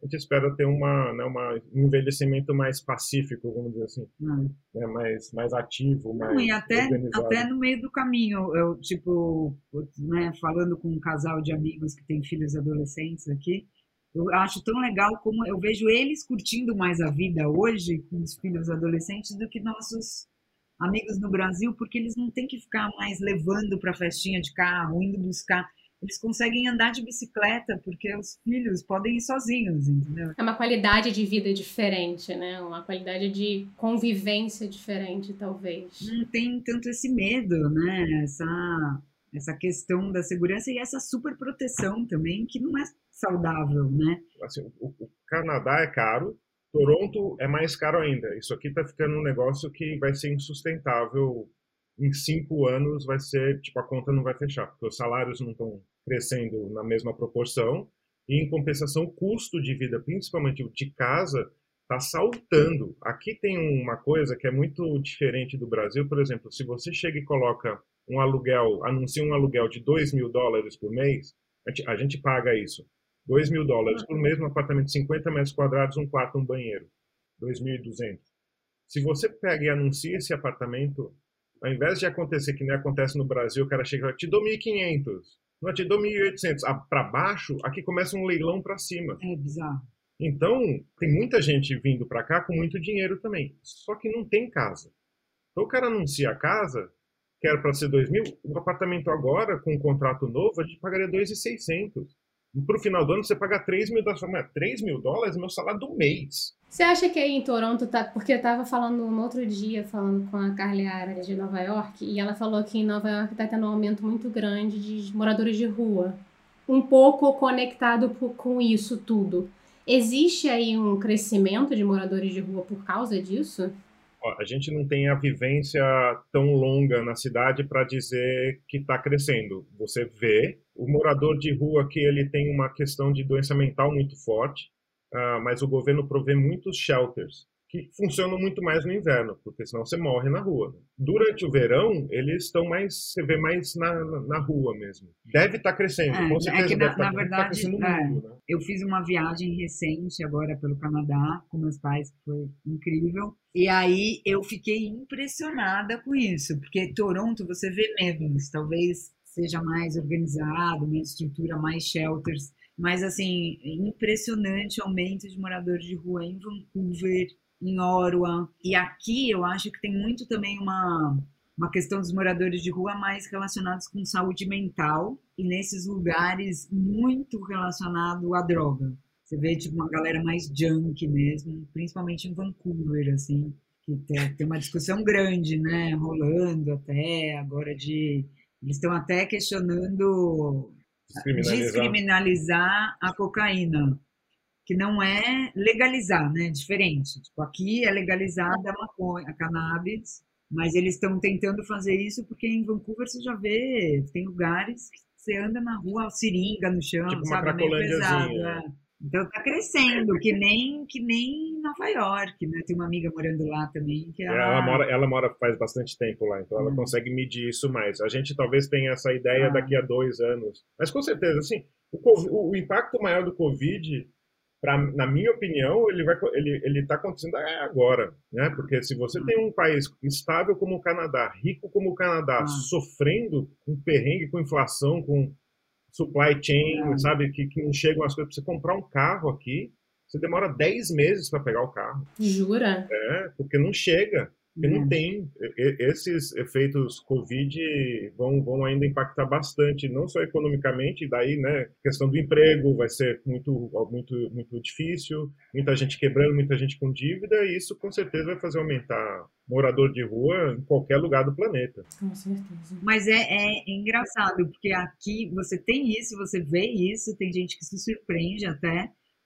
a gente espera ter uma, né, uma, um envelhecimento mais pacífico, vamos dizer assim, Hum. né, mais, mais ativo, mais Não, e até, organizado. até no meio do caminho, eu, tipo, né, falando com um casal de amigos que tem filhos adolescentes aqui, eu acho tão legal como eu vejo eles curtindo mais a vida hoje com os filhos adolescentes do que nossos amigos no Brasil, porque eles não têm que ficar mais levando para festinha de carro, indo buscar. Eles conseguem andar de bicicleta porque os filhos podem ir sozinhos, entendeu? É uma qualidade de vida diferente, né? Uma qualidade de convivência diferente, talvez. Não tem tanto esse medo, né? Essa, essa questão da segurança e essa super proteção também, que não é saudável, né? Assim, o, o Canadá é caro, Toronto é mais caro ainda. Isso aqui está ficando um negócio que vai ser insustentável. Em cinco anos vai ser, tipo, a conta não vai fechar, porque os salários não estão crescendo na mesma proporção e, em compensação, o custo de vida, principalmente o de casa, está saltando. Aqui tem uma coisa que é muito diferente do Brasil. Por exemplo, se você chega e coloca um aluguel, anuncia um aluguel de dois mil dólares por mês, a gente, a gente paga isso. dois mil dólares por mês, um apartamento de cinquenta metros quadrados, um quarto, um banheiro. dois mil e duzentos. Se você pega e anuncia esse apartamento, ao invés de acontecer que nem acontece no Brasil, o cara chega e fala, te dou mil e quinhentos, não, te dou mil e oitocentos. Ah, para baixo, aqui começa um leilão para cima. É bizarro. Então, tem muita gente vindo para cá com muito dinheiro também, só que não tem casa. Então o cara anuncia a casa, que era para ser dois mil, o apartamento agora, com um contrato novo, a gente pagaria dois mil e seiscentos. Para o final do ano, você paga três mil dólares. três mil dólares é meu salário do mês. Você acha que aí em Toronto tá... Porque eu tava falando no outro dia, falando com a Carliara de Nova York, e ela falou que em Nova York tá tendo um aumento muito grande de moradores de rua. Um pouco conectado com isso tudo. Existe aí um crescimento de moradores de rua por causa disso? A gente não tem a vivência tão longa na cidade para dizer que está crescendo. Você vê, o morador de rua aqui ele tem uma questão de doença mental muito forte, uh, mas o governo provê muitos shelters, que funcionam muito mais no inverno, porque senão você morre na rua. Durante o verão, eles estão mais, você vê mais na, na, na rua mesmo. Deve estar tá crescendo, é, com certeza é que, deve na, tá, na verdade, tá crescendo no é, mundo, né? Eu fiz uma viagem recente agora pelo Canadá com meus pais, que foi incrível. E aí eu fiquei impressionada com isso, porque Toronto você vê menos, talvez seja mais organizado, mais estrutura, mais shelters, mas assim, impressionante o aumento de moradores de rua em Vancouver, em Ottawa. E aqui eu acho que tem muito também uma, uma questão dos moradores de rua mais relacionados com saúde mental e nesses lugares muito relacionado à droga. Você vê tipo uma galera mais junk mesmo, principalmente em Vancouver, assim, que tem, tem uma discussão grande, né, rolando até agora de... Eles estão até questionando Descriminalizar. descriminalizar a cocaína, que não é legalizar, né? Diferente. Tipo, aqui é legalizada a maconha, a cannabis, mas eles estão tentando fazer isso porque em Vancouver você já vê, tem lugares que você anda na rua, seringa no chão, tipo sabe? Meio pesado. né? É. Então tá crescendo, que nem, que nem Nova York, né? Tem uma amiga morando lá também, que ela... Ela mora, ela mora faz bastante tempo lá, então ela hum. consegue medir isso mais. A gente talvez tenha essa ideia ah. daqui a dois anos. Mas com certeza, assim, o, o impacto maior do Covid, pra, na minha opinião, ele vai, ele, ele tá acontecendo agora, né? Porque se você hum. tem um país estável como o Canadá, rico como o Canadá, ah. sofrendo com perrengue, com inflação, com supply chain, ah. sabe, que, que não chegam as coisas, pra você comprar um carro aqui, você demora dez meses para pegar o carro. Jura? É, porque não chega, porque hum. não tem. E, esses efeitos Covid vão, vão ainda impactar bastante, não só economicamente, daí, né, questão do emprego vai ser muito, muito, muito difícil, muita gente quebrando, muita gente com dívida, e isso com certeza vai fazer aumentar morador de rua em qualquer lugar do planeta. Com certeza. Mas é, é engraçado, porque aqui você tem isso, você vê isso, tem gente que se surpreende até,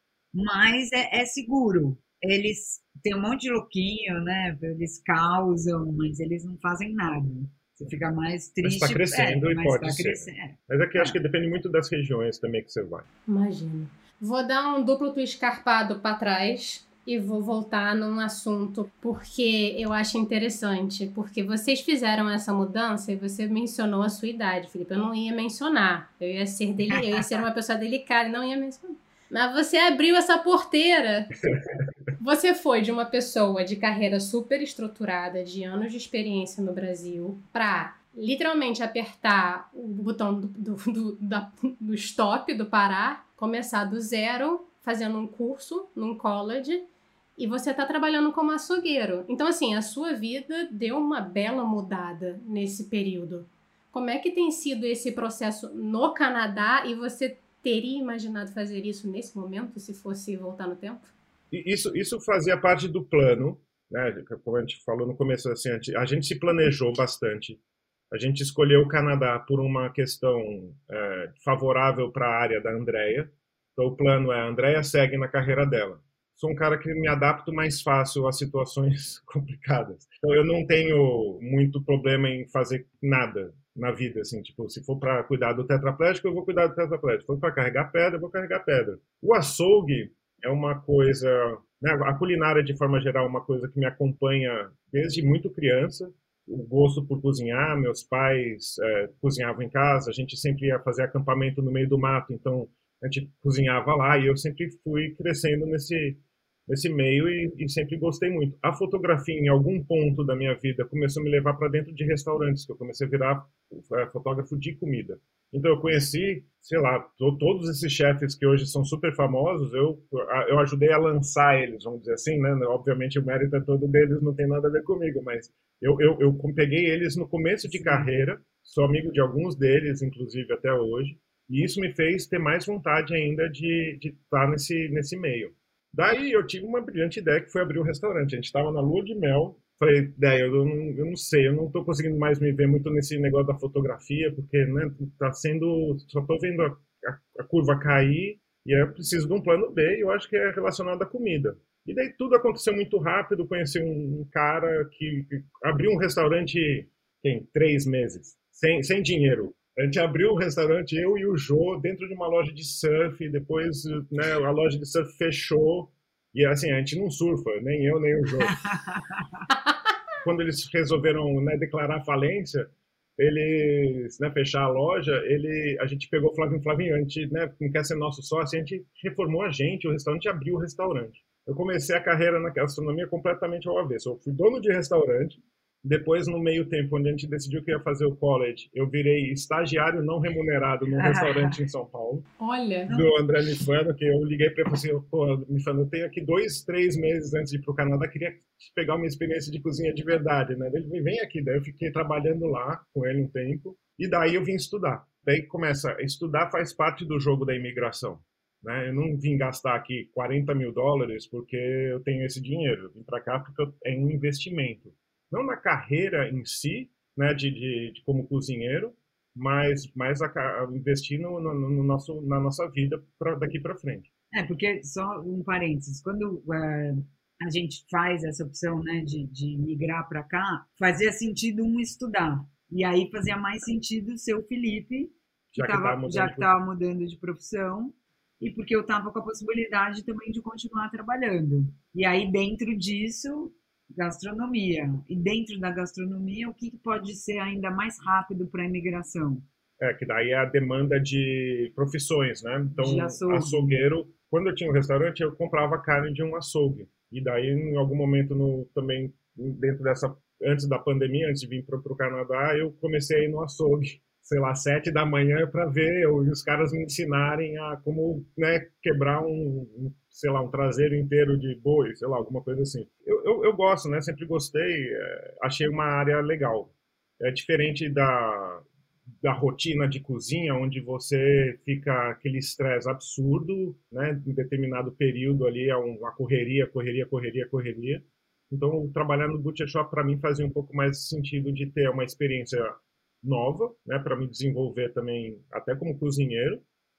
mas é, é seguro. Eles têm um monte de louquinho, né? Eles causam, mas eles não fazem nada. Você fica mais triste. Mas está crescendo é, e mas pode tá ser. Crescendo, é. Mas aqui é. acho que depende muito das regiões também que você vai. Imagina. Vou dar um duplo twist escarpado para trás e vou voltar num assunto porque eu acho interessante. Porque vocês fizeram essa mudança e você mencionou a sua idade, Felipe. Eu não ia mencionar. Eu ia ser, deli- eu ia ser uma pessoa delicada e não ia mencionar. Mas você abriu essa porteira. Você foi de uma pessoa de carreira super estruturada, de anos de experiência no Brasil, para literalmente apertar o botão do, do, do, da, do stop, do parar, começar do zero, fazendo um curso num college, e você está trabalhando como açougueiro. Então, assim, a sua vida deu uma bela mudada nesse período. Como é que tem sido esse processo no Canadá e você teria imaginado fazer isso nesse momento, se fosse voltar no tempo? Isso, isso fazia parte do plano, né? Como a gente falou no começo, assim, a gente se planejou bastante. A gente escolheu o Canadá por uma questão é, favorável para a área da Andrea. Então, o plano é: a Andrea segue na carreira dela. Sou um cara que me adapto mais fácil a situações complicadas. Então, eu não tenho muito problema em fazer nada na vida, assim, tipo, se for para cuidar do tetraplégico, eu vou cuidar do tetraplégico. Se for para carregar pedra, eu vou carregar pedra. O açougue é uma coisa, né, a culinária de forma geral é uma coisa que me acompanha desde muito criança. O gosto por cozinhar, meus pais é, cozinhavam em casa, a gente sempre ia fazer acampamento no meio do mato, então a gente cozinhava lá e eu sempre fui crescendo nesse nesse meio e, e sempre gostei muito. A fotografia, em algum ponto da minha vida, começou a me levar para dentro de restaurantes, que eu comecei a virar é, fotógrafo de comida. Então eu conheci, sei lá, to, todos esses chefes que hoje são super famosos, eu, eu ajudei a lançar eles, vamos dizer assim, né? Obviamente o mérito é todo deles, não tem nada a ver comigo, mas eu, eu, eu peguei eles no começo de carreira, sou amigo de alguns deles, inclusive até hoje, e isso me fez ter mais vontade ainda de, de estar nesse, nesse meio. Daí eu tive uma brilhante ideia que foi abrir um restaurante. A gente estava na lua de mel. Falei, ideia, eu não, eu não sei, eu não estou conseguindo mais me ver muito nesse negócio da fotografia, porque, né, tá sendo, só estou vendo a, a, a curva cair e aí eu preciso de um plano B e eu acho que é relacionado à comida. E daí tudo aconteceu muito rápido. Conheci um, um cara que, que abriu um restaurante em três meses, sem, sem dinheiro. A gente abriu o restaurante, eu e o Jô, dentro de uma loja de surf. Depois, né, a loja de surf fechou. E assim, a gente não surfa, nem eu, nem o Jô. Quando eles resolveram, né, declarar falência, eles, né, fechar a loja, ele, a gente pegou o Flavinho Flavinho, a gente, né, não quer ser nosso sócio, a gente reformou a gente, o restaurante abriu o restaurante. Eu comecei a carreira na gastronomia completamente ao avesso. Eu fui dono de restaurante. Depois, no meio tempo, onde a gente decidiu que ia fazer o college, eu virei estagiário não remunerado num restaurante em São Paulo. Olha. Do André Mifano, que eu liguei para ele e falei assim, pô, Mifano, eu tenho aqui dois, três meses antes de ir para o Canadá, queria pegar uma experiência de cozinha de verdade, né? Ele vem aqui, daí eu fiquei trabalhando lá com ele um tempo, e daí eu vim estudar. Daí começa, estudar faz parte do jogo da imigração. Né? Eu não vim gastar aqui quarenta mil dólares porque eu tenho esse dinheiro. Eu vim para cá porque é um investimento. Não na carreira em si, né, de, de, de como cozinheiro, mas mais a, a investir no, no, no nosso, na nossa vida pra, daqui para frente. É, porque, só um parênteses, quando uh, a gente faz essa opção, né, de, de migrar para cá, fazia sentido um estudar. E aí fazia mais sentido ser o Felipe, que Já que estava estava já que mudando, estava mudando de profissão, e porque eu estava com a possibilidade também de continuar trabalhando. E aí, dentro disso, gastronomia. E dentro da gastronomia, o que que pode ser ainda mais rápido para a imigração? é, que daí é a demanda de profissões, né? De Então, açougue. açougueiro, quando eu tinha um restaurante, eu comprava carne de um açougue. E daí, em algum momento, no, também, dentro dessa, antes da pandemia, antes de vir para o Canadá, eu comecei a ir no açougue, sei lá, sete da manhã para ver eu, e os caras me ensinarem a como, né, quebrar um, um, sei lá, um traseiro inteiro de boi, sei lá, alguma coisa assim. Eu, eu, eu gosto, né? Sempre gostei, é, achei uma área legal. É diferente da, da rotina de cozinha, onde você fica aquele estresse absurdo, né? Em determinado período ali é uma correria, correria, correria, correria. Então, trabalhar no butcher shop para mim fazia um pouco mais sentido de ter uma experiência nova, né? Para me desenvolver também, até como cozinheiro.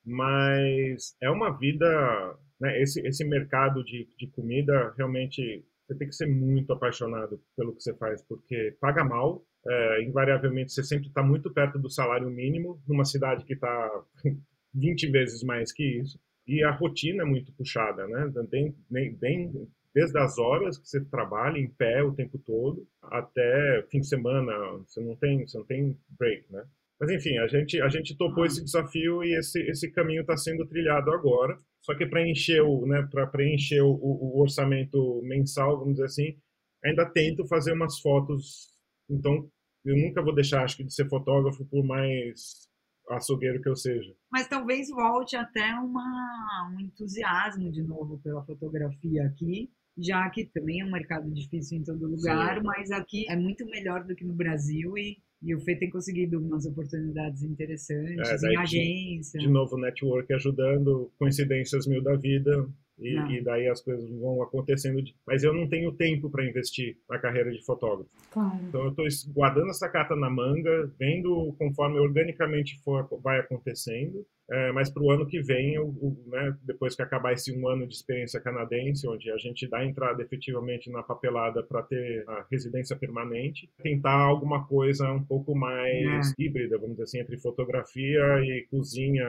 Mas é uma vida, né? Esse esse mercado de, de comida realmente você tem que ser muito apaixonado pelo que você faz, porque paga mal, é, invariavelmente você sempre está muito perto do salário mínimo, numa cidade que está vinte vezes mais que isso, e a rotina é muito puxada, né? Tem, bem, desde as horas que você trabalha em pé o tempo todo, até fim de semana, você não tem, você não tem break, né? Mas enfim, a gente, a gente topou Ah. esse desafio e esse, esse caminho está sendo trilhado agora. Só que para encher o, né, para preencher o, o orçamento mensal, vamos dizer assim, ainda tento fazer umas fotos. Então, eu nunca vou deixar, acho que, de ser fotógrafo por mais açougueiro que eu seja. Mas talvez volte até uma, um entusiasmo de novo pela fotografia aqui, já que também é um mercado difícil em todo lugar, Sim. mas aqui é muito melhor do que no Brasil e, e o Fê tem conseguido umas oportunidades interessantes É, em daí, de, agência. de novo, network ajudando, coincidências mil da vida, e, Não. e daí as coisas vão acontecendo. De, mas eu não tenho tempo para investir na carreira de fotógrafo. Claro. Então eu estou guardando essa carta na manga, vendo conforme organicamente for, vai acontecendo. É, mas para o ano que vem, eu, eu, né, depois que acabar esse um ano de experiência canadense, onde a gente dá entrada efetivamente na papelada para ter a residência permanente, tentar alguma coisa um pouco mais É. híbrida, vamos dizer assim, entre fotografia e cozinha.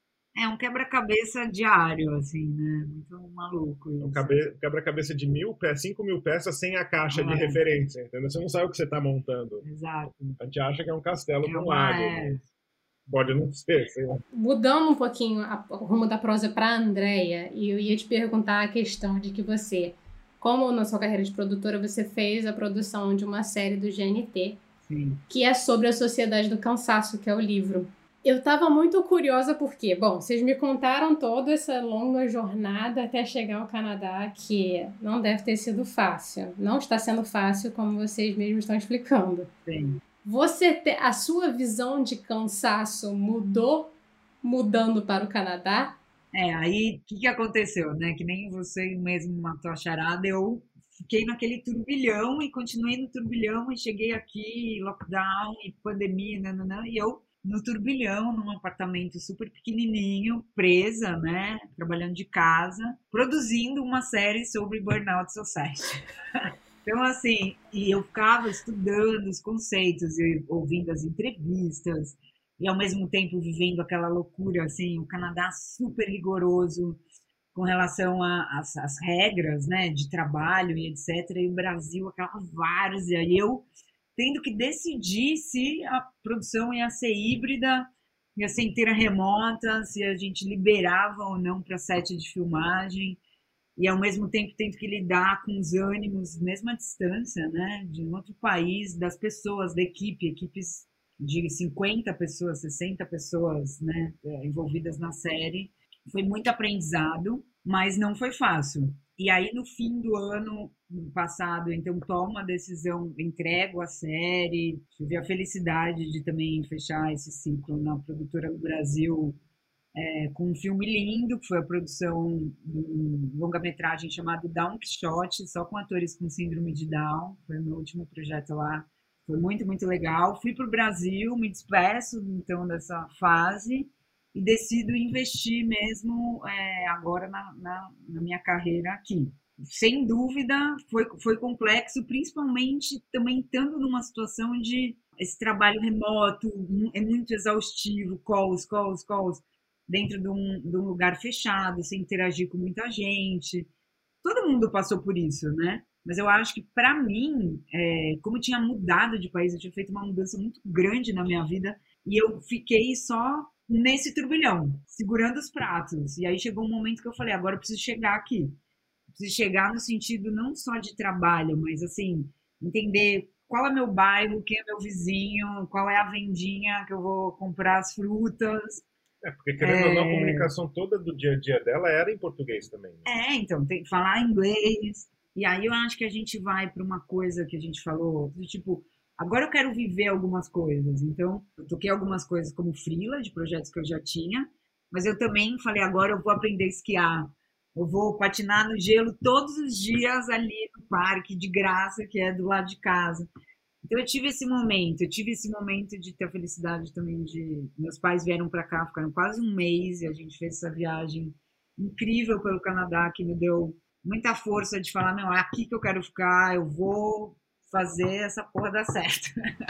É um quebra-cabeça diário, assim, né? Muito maluco Um isso. quebra-cabeça de mil peças, cinco mil peças sem a caixa de É. referência, entendeu? Você não sabe o que você está montando. Exato. A gente acha que é um castelo É para um uma, lado, é. mas pode não ser, sei lá. Mudando um pouquinho a- o rumo da prosa para a Andrea, e eu ia te perguntar a questão de que você, como na sua carreira de produtora, você fez a produção de uma série do G N T, Sim. que é sobre a Sociedade do Cansaço, que é o livro. Eu estava muito curiosa porque, bom, vocês me contaram toda essa longa jornada até chegar ao Canadá, que não deve ter sido fácil. Não está sendo fácil, como vocês mesmos estão explicando. Sim. Você te, a sua visão de cansaço mudou mudando para o Canadá? É, aí o que, que aconteceu, né? Que nem você mesmo matou a charada, eu fiquei naquele turbilhão e continuei no turbilhão e cheguei aqui, lockdown e pandemia, nananã, e eu no turbilhão, num apartamento super pequenininho, presa, né? Trabalhando de casa, produzindo uma série sobre Burnout Society. Então, assim, e eu ficava estudando os conceitos, e ouvindo as entrevistas, e ao mesmo tempo vivendo aquela loucura, assim, o Canadá super rigoroso com relação às às regras, né, de trabalho e etcétera, e o Brasil, aquela várzea, e eu tendo que decidir se a produção ia ser híbrida, ia ser inteira remota, se a gente liberava ou não para set de filmagem, e ao mesmo tempo tendo que lidar com os ânimos, mesmo à distância, né, de um outro país, das pessoas, da equipe, equipes de cinquenta pessoas, sessenta pessoas, né, envolvidas na série. Foi muito aprendizado, mas não foi fácil. E aí, no fim do ano passado, então, tomo a decisão, entrego a série, tive a felicidade de também fechar esse ciclo na produtora do Brasil, é, com um filme lindo, que foi a produção de um longa-metragem chamado Down Quixote, só com atores com síndrome de Down, foi o meu último projeto lá, foi muito, muito legal. Fui para o Brasil, me despeço, então, dessa fase, e decido investir mesmo é, agora na, na, na minha carreira aqui. Sem dúvida, foi, foi complexo, principalmente também estando numa situação de esse trabalho remoto, é muito exaustivo, calls, calls, calls, dentro de um, de um lugar fechado, sem interagir com muita gente. Todo mundo passou por isso, né? Mas eu acho que, para mim, é, como eu tinha mudado de país, eu tinha feito uma mudança muito grande na minha vida, e eu fiquei só nesse turbilhão, segurando os pratos. E aí chegou um momento que eu falei, agora eu preciso chegar aqui. Eu preciso chegar no sentido não só de trabalho, mas, assim, entender qual é meu bairro, quem é meu vizinho, qual é a vendinha que eu vou comprar as frutas. É, porque querendo ou não, a comunicação toda do dia a dia dela era em português também. Né? É, então, tem que falar inglês. E aí eu acho que a gente vai para uma coisa que a gente falou, do tipo, agora eu quero viver algumas coisas. Então, eu toquei algumas coisas como freela, de projetos que eu já tinha, mas eu também falei, agora eu vou aprender a esquiar. Eu vou patinar no gelo todos os dias ali no parque, de graça, que é do lado de casa. Então eu tive esse momento, eu tive esse momento de ter a felicidade também de... Meus pais vieram para cá, ficaram quase um mês, e a gente fez essa viagem incrível pelo Canadá, que me deu muita força de falar, não, é aqui que eu quero ficar, eu vou fazer essa porra dar certo.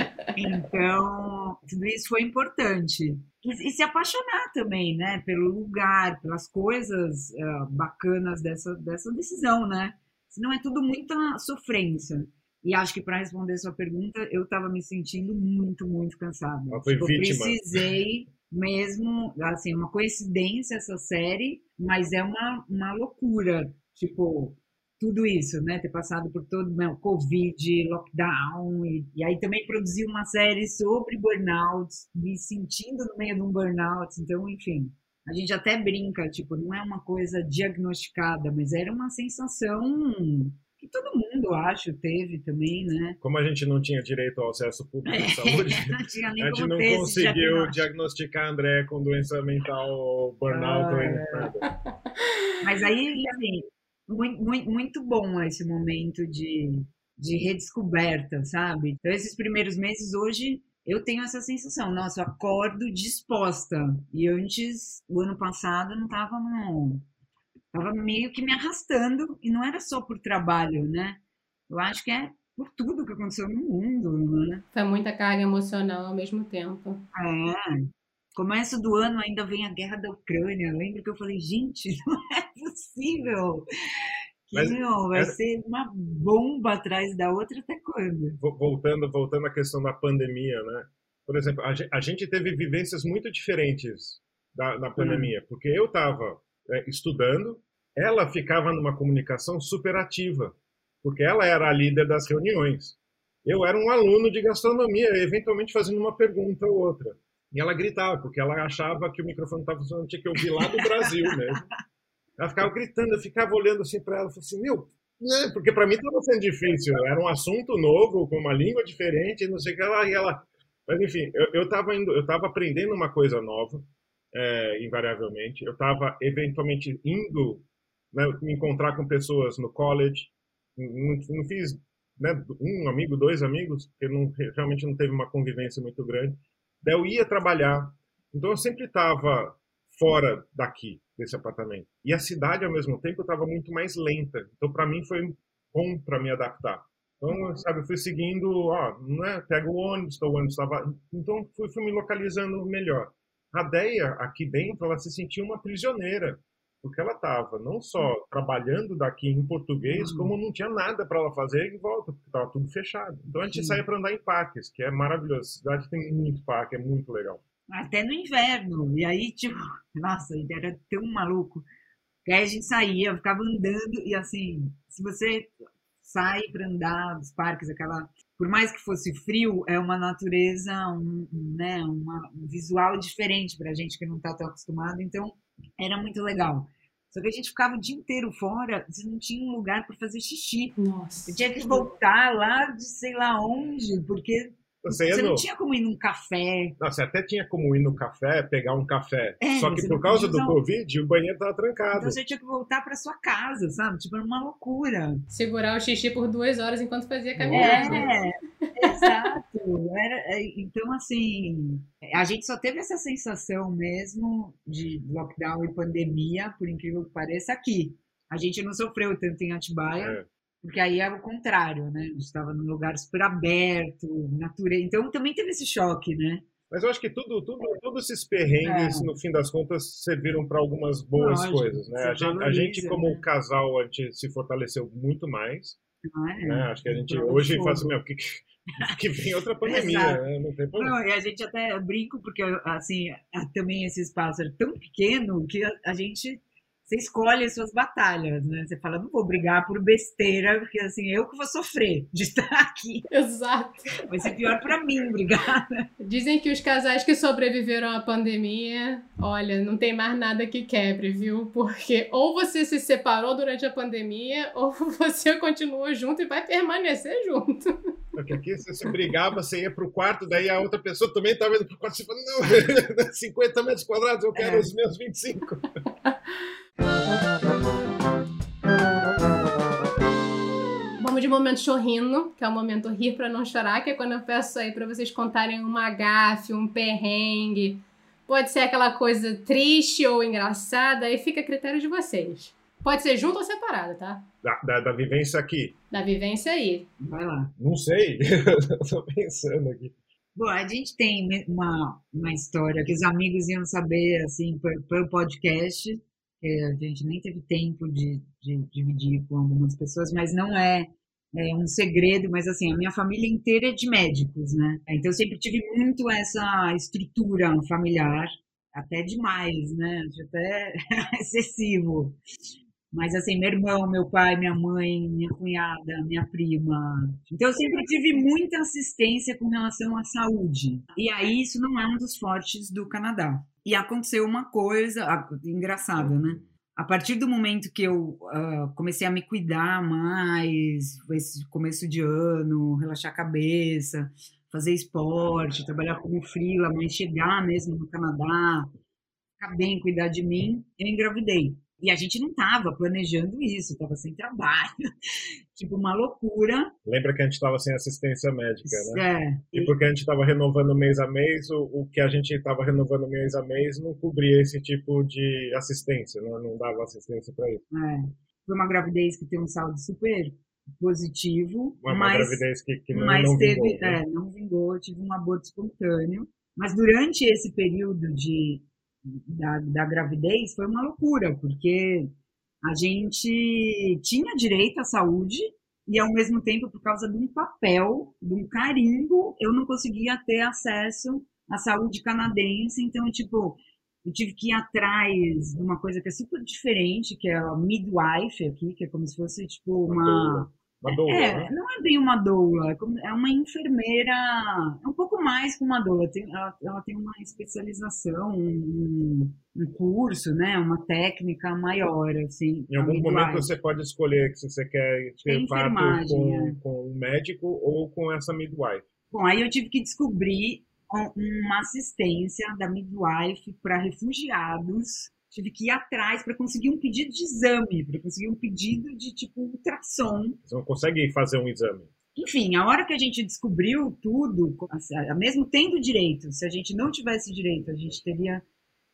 Então, tudo isso foi importante. E, e se apaixonar também, né, pelo lugar, pelas coisas uh, bacanas dessa, dessa decisão, né? Senão é tudo muita sofrência. E acho que para responder sua pergunta, eu estava me sentindo muito, muito cansada. Ela foi Tipo, eu vítima. precisei mesmo, assim, uma coincidência essa série, mas é uma, uma loucura. Tipo, tudo isso, né? Ter passado por todo o Covid, lockdown, e, e aí também produzir uma série sobre burnout, me sentindo no meio de um burnout. Então, enfim, a gente até brinca, tipo, não é uma coisa diagnosticada, mas era uma sensação que todo mundo, acho, teve também, né? Como a gente não tinha direito ao acesso público de saúde, não tinha nem a gente como não ter esse conseguiu diagnóstico. diagnosticar a André com doença mental, burnout ou Ah, nada. Mas aí, assim, muito, muito, muito bom esse momento de, de redescoberta, sabe? Então, esses primeiros meses, hoje, eu tenho essa sensação, nossa, eu acordo disposta. E antes, o ano passado, eu não estava no... Tava meio que me arrastando, e não era só por trabalho, né? Eu acho que é por tudo que aconteceu no mundo, né? Foi muita carga emocional ao mesmo tempo. É, começo do ano ainda vem a guerra da Ucrânia. Eu lembro que eu falei, gente, não é possível que, Mas meu, vai era- ser uma bomba atrás da outra até quando? vo- voltando, voltando à questão da pandemia, né? Por exemplo, a, ge- a gente teve vivências muito diferentes da, na Hum. pandemia, porque eu estava estudando, ela ficava numa comunicação super ativa, porque ela era a líder das reuniões. Eu era um aluno de gastronomia, eventualmente fazendo uma pergunta ou outra. E ela gritava, porque ela achava que o microfone estava funcionando, tinha que ouvir lá do Brasil mesmo. Ela ficava gritando, eu ficava olhando assim para ela, falei assim, meu, né? Porque para mim estava sendo difícil, era um assunto novo, com uma língua diferente, não sei o que ela, e ela... Mas enfim, eu estava indo, eu estava aprendendo uma coisa nova, é, invariavelmente. Eu estava eventualmente indo, né, me encontrar com pessoas no college, não, não fiz, né, um amigo, dois amigos, porque não, realmente não teve uma convivência muito grande. Daí eu ia trabalhar, então eu sempre estava fora daqui, desse apartamento. E a cidade, ao mesmo tempo, estava muito mais lenta. Então, para mim, foi bom para me adaptar. Então, sabe, eu fui seguindo, ó, não é, pega o ônibus, então o ônibus estava... Então, fui, fui me localizando melhor. A Deia, aqui dentro, ela se sentia uma prisioneira, porque ela estava não só trabalhando daqui em português, como não tinha nada para ela fazer em volta, porque estava tudo fechado. Então, a gente saía para andar em parques, que é maravilhoso. A cidade tem muito parque, é muito legal. Até no inverno. E aí, tipo, nossa, era tão maluco. Que aí a gente saía, ficava andando, e assim, se você sai para andar nos parques, aquela. Por mais que fosse frio, é uma natureza, um, um, né, uma, um visual diferente para a gente que não está tão acostumado, então era muito legal. Só que a gente ficava o dia inteiro fora, você não tinha um lugar para fazer xixi. Nossa. Eu tinha que voltar lá de sei lá onde, porque Você ia você não no... tinha como ir num café. Não, você até tinha como ir no café, pegar um café. É, Só que você por não causa podia do usar o- Covid, o banheiro estava trancado. Então você tinha que voltar para sua casa, sabe? Tipo, era uma loucura. Segurar o xixi por duas horas enquanto fazia caminhada. É, exato. Era, é, então, assim, a gente só teve essa sensação mesmo de lockdown e pandemia, por incrível que pareça, aqui. A gente não sofreu tanto em Atibaia, É. porque aí era o contrário, né? A gente estava num lugar super aberto, natureza. Então também teve esse choque, né? Mas eu acho que tudo, tudo, todos esses perrengues, É. no fim das contas, serviram para algumas boas Lógico, coisas, né? você A gente, a valoriza, gente, como né? casal, a gente se fortaleceu muito mais, Não é? né? Acho que a gente Prova de hoje fogo. fala assim, meu, que, que vem outra pandemia, Exato. né? Não tem problema. Não, e a gente até brinco, porque assim, a- também esse espaço é tão pequeno que a, a gente. Você escolhe as suas batalhas, né? Você fala, não vou brigar por besteira, porque assim, eu que vou sofrer de estar aqui. Exato. Vai ser pior pra mim brigar. Dizem que os casais que sobreviveram à pandemia, olha, não tem mais nada que quebre, viu? Porque ou você se separou durante a pandemia, ou você continua junto e vai permanecer junto. Porque aqui você se brigava, você ia pro quarto, daí a outra pessoa também estava indo pro quarto, você fala, não, cinquenta metros quadrados, eu quero É. os meus vinte e cinco. Vamos de momento chorrindo, que é o momento rir pra não chorar, que é quando eu peço aí pra vocês contarem uma gafe, um perrengue. Pode ser aquela coisa triste ou engraçada, aí fica a critério de vocês. Pode ser junto ou separado, tá? Da, da, da vivência aqui. Da vivência aí. Vai lá. Não sei, eu tô pensando aqui. Bom, a gente tem uma, uma história que os amigos iam saber, assim, pelo, pelo podcast, que a gente nem teve tempo de, de dividir com algumas pessoas, mas não é é um segredo, mas assim, a minha família inteira é de médicos, né? Então eu sempre tive muito essa estrutura familiar, até demais, né? Até excessivo. Mas assim, meu irmão, meu pai, minha mãe, minha cunhada, minha prima. Então eu sempre tive muita assistência com relação à saúde. E aí isso não é um dos fortes do Canadá. E aconteceu uma coisa ah, engraçada, né? A partir do momento que eu uh, comecei a me cuidar mais, esse começo de ano, relaxar a cabeça, fazer esporte, trabalhar como freela, mas chegar mesmo no Canadá, ficar bem, cuidar de mim, eu engravidei. E a gente não estava planejando isso, estava sem trabalho, tipo uma loucura. Lembra que a gente estava sem assistência médica, né? É. E porque a gente estava renovando mês a mês, o, o que a gente estava renovando mês a mês não cobria esse tipo de assistência, né? Não dava assistência para isso. É. Foi uma gravidez que tem um saldo super positivo, Uma, mas, uma gravidez que, que não, mas não teve, vingou. Né? É, não vingou, eu tive um aborto espontâneo. Mas durante esse período de Da, da gravidez foi uma loucura, porque a gente tinha direito à saúde e, ao mesmo tempo, por causa de um papel, de um carimbo, eu não conseguia ter acesso à saúde canadense. Então, tipo, eu tive que ir atrás de uma coisa que é super diferente, que é a midwife aqui, que é como se fosse, tipo, uma... Uma doula, É, né? não é bem uma doula, é como- é uma enfermeira, é um pouco mais que uma doula, tem- ela, ela tem uma especialização, um, um curso, né, uma técnica maior, assim, Em a algum momento midwife. você pode escolher se você quer É ter parto enfermagem, é. com, com um médico ou com essa midwife. Bom, aí eu tive que descobrir um- uma assistência da midwife para refugiados. Tive que ir atrás para conseguir um pedido de exame, para conseguir um pedido de tipo ultrassom. Você não consegue fazer um exame. Enfim, a hora que a gente descobriu tudo, assim, mesmo tendo direito, se a gente não tivesse direito, a gente teria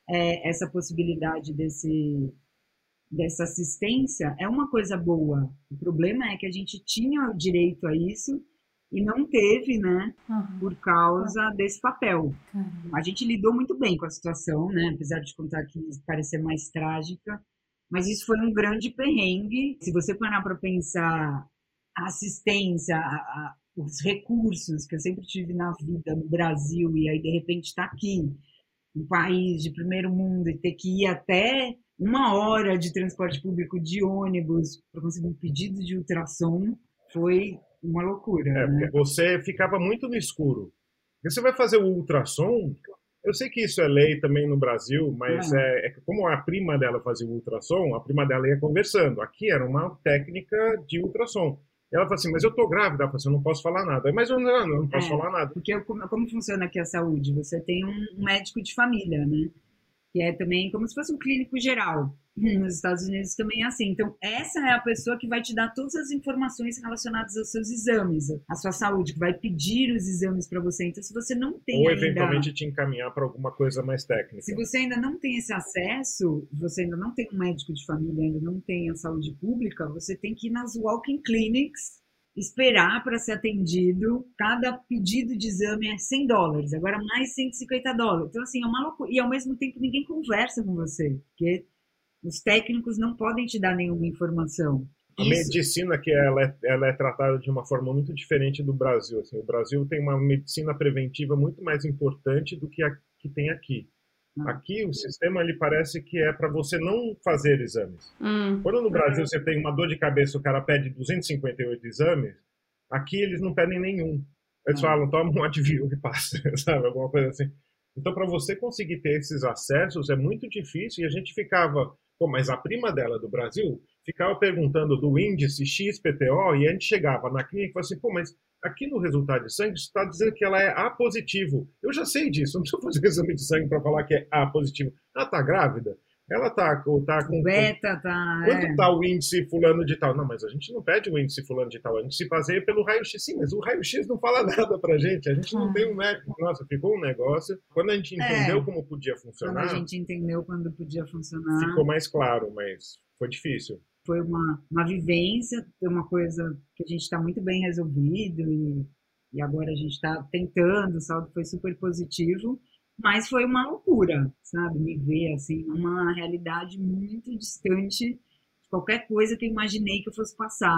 é, essa possibilidade desse, dessa assistência, é uma coisa boa. O problema é que a gente tinha o direito a isso e não teve, né, Uhum. por causa desse papel. Caramba. A gente lidou muito bem com a situação, né, apesar de contar que parecer mais trágica, mas isso foi um grande perrengue. Se você parar para pensar a assistência, a, a, os recursos que eu sempre tive na vida no Brasil e aí de repente está aqui, um país de primeiro mundo e ter que ir até uma hora de transporte público de ônibus para conseguir um pedido de ultrassom foi uma loucura, É, né? porque você ficava muito no escuro. Porque você vai fazer o ultrassom, eu sei que isso é lei também no Brasil, mas É. é, é que como a prima dela fazia o ultrassom, a prima dela ia conversando. Aqui era uma técnica de ultrassom. E ela falou assim, mas eu tô grávida. Ela falou assim, eu não posso falar nada. Mas eu não, eu não posso É, falar nada. porque como, como funciona aqui a saúde? Você tem um médico de família, né? Que é também como se fosse um clínico geral. Nos Estados Unidos também é assim. Então, essa é a pessoa que vai te dar todas as informações relacionadas aos seus exames, à sua saúde, que vai pedir os exames para você. Então, se você não tem Ou ainda... eventualmente te encaminhar para alguma coisa mais técnica. Se você ainda não tem esse acesso, você ainda não tem um médico de família, ainda não tem a saúde pública, você tem que ir nas walk-in clinics, esperar para ser atendido. Cada pedido de exame é cem dólares, agora mais cento e cinquenta dólares. Então, assim, é uma loucura. E ao mesmo tempo ninguém conversa com você, porque os técnicos não podem te dar nenhuma informação. A Isso. medicina que ela é, ela é tratada de uma forma muito diferente do Brasil. Assim, o Brasil tem uma medicina preventiva muito mais importante do que a que tem aqui. Aqui o sistema ele parece que é para você não fazer exames. Hum. Quando no Brasil você tem uma dor de cabeça, o cara pede duzentos e cinquenta e oito exames, aqui eles não pedem nenhum. Eles falam, toma um Advil e passa, sabe? Alguma coisa assim. Então, para você conseguir ter esses acessos é muito difícil e a gente ficava, pô, mas a prima dela do Brasil ficava perguntando do índice X P T O e a gente chegava na clínica e falava assim, pô, mas aqui no resultado de sangue está dizendo que ela é A positivo. Eu já sei disso, não preciso fazer exame de sangue para falar que é A positivo. Ela está grávida? Ela está tá com... Beta, tá... Quanto é. está o índice fulano de tal? Não, mas a gente não pede o índice fulano de tal, a gente se baseia pelo raio-x. Sim, mas o raio-x não fala nada pra gente, a gente não tem um médico. Nossa, ficou um negócio. Quando a gente entendeu É. como podia Quando funcionar, a gente entendeu quando podia funcionar, ficou mais claro, mas foi difícil. foi uma, uma vivência, foi uma coisa que a gente está muito bem resolvido e, e agora a gente está tentando, o saldo foi super positivo, mas foi uma loucura, sabe? Me ver assim, uma realidade muito distante de qualquer coisa que eu imaginei que eu fosse passar.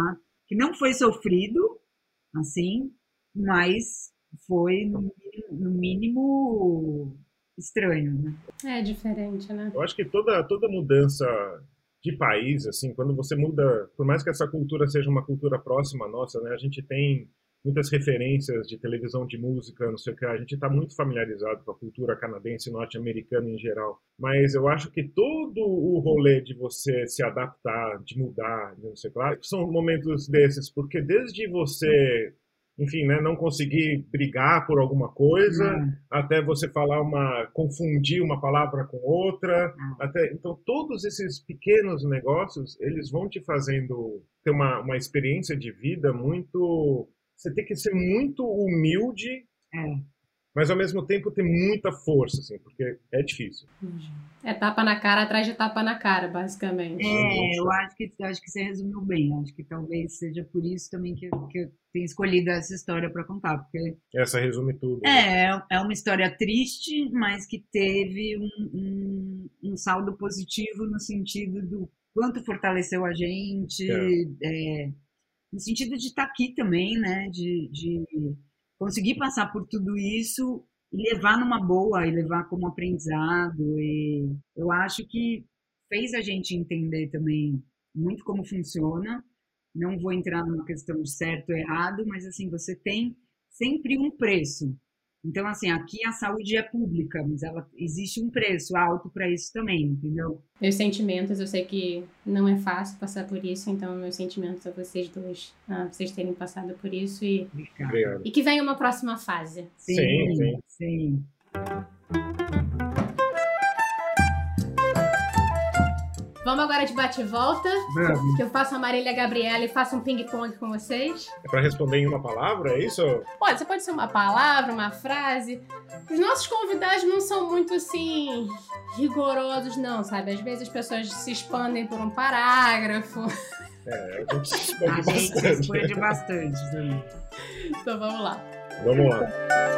que não foi sofrido, assim, mas foi, no mínimo, no mínimo estranho, né? É diferente, né? Eu acho que toda, toda mudança de país, assim, quando você muda, por mais que essa cultura seja uma cultura próxima à nossa, né, a gente tem muitas referências de televisão, de música, não sei o que, a gente está muito familiarizado com a cultura canadense e norte-americana em geral, mas eu acho que todo o rolê de você se adaptar, de mudar, de não sei o que lá, são momentos desses, porque desde você, enfim, né, não conseguir brigar por alguma coisa, Hum. até você falar uma, confundir uma palavra com outra, Hum. até, então todos esses pequenos negócios, eles vão te fazendo ter uma, uma experiência de vida muito, você tem que ser muito humilde, É. mas ao mesmo tempo ter muita força, assim, porque é difícil. É tapa na cara atrás de tapa na cara, basicamente. É, eu acho que, acho que você resumiu bem. Acho que talvez seja por isso também que, eu- que eu tenho escolhido essa história para contar, porque Essa resume tudo. né? é, é uma história triste, mas que teve um, um, um saldo positivo no sentido do quanto fortaleceu a gente, é, no sentido de estar aqui também, né? De, de conseguir passar por tudo isso e levar numa boa, e levar como aprendizado. E eu acho que fez a gente entender também muito como funciona. Não vou entrar numa questão de certo ou errado, mas assim, você tem sempre um preço. Então, assim, aqui a saúde é pública, mas ela existe um preço alto para isso também, entendeu? Meus sentimentos, eu sei que não é fácil passar por isso, então meus sentimentos a vocês dois, ah, vocês terem passado por isso e, Obrigada. Obrigado. e que venha uma próxima fase. Sim, Sim, sim. sim. Vamos agora de bate e volta, Vamos. que eu faço a Marília Gabriela e faço um ping-pong com vocês. É para responder em uma palavra, é isso? Pode, você pode ser uma palavra, uma frase. Os nossos convidados não são muito, assim, rigorosos, não, sabe? Às vezes as pessoas se expandem por um parágrafo. É, a gente se A expande gente bastante. expande bastante também. Então vamos lá. Vamos lá.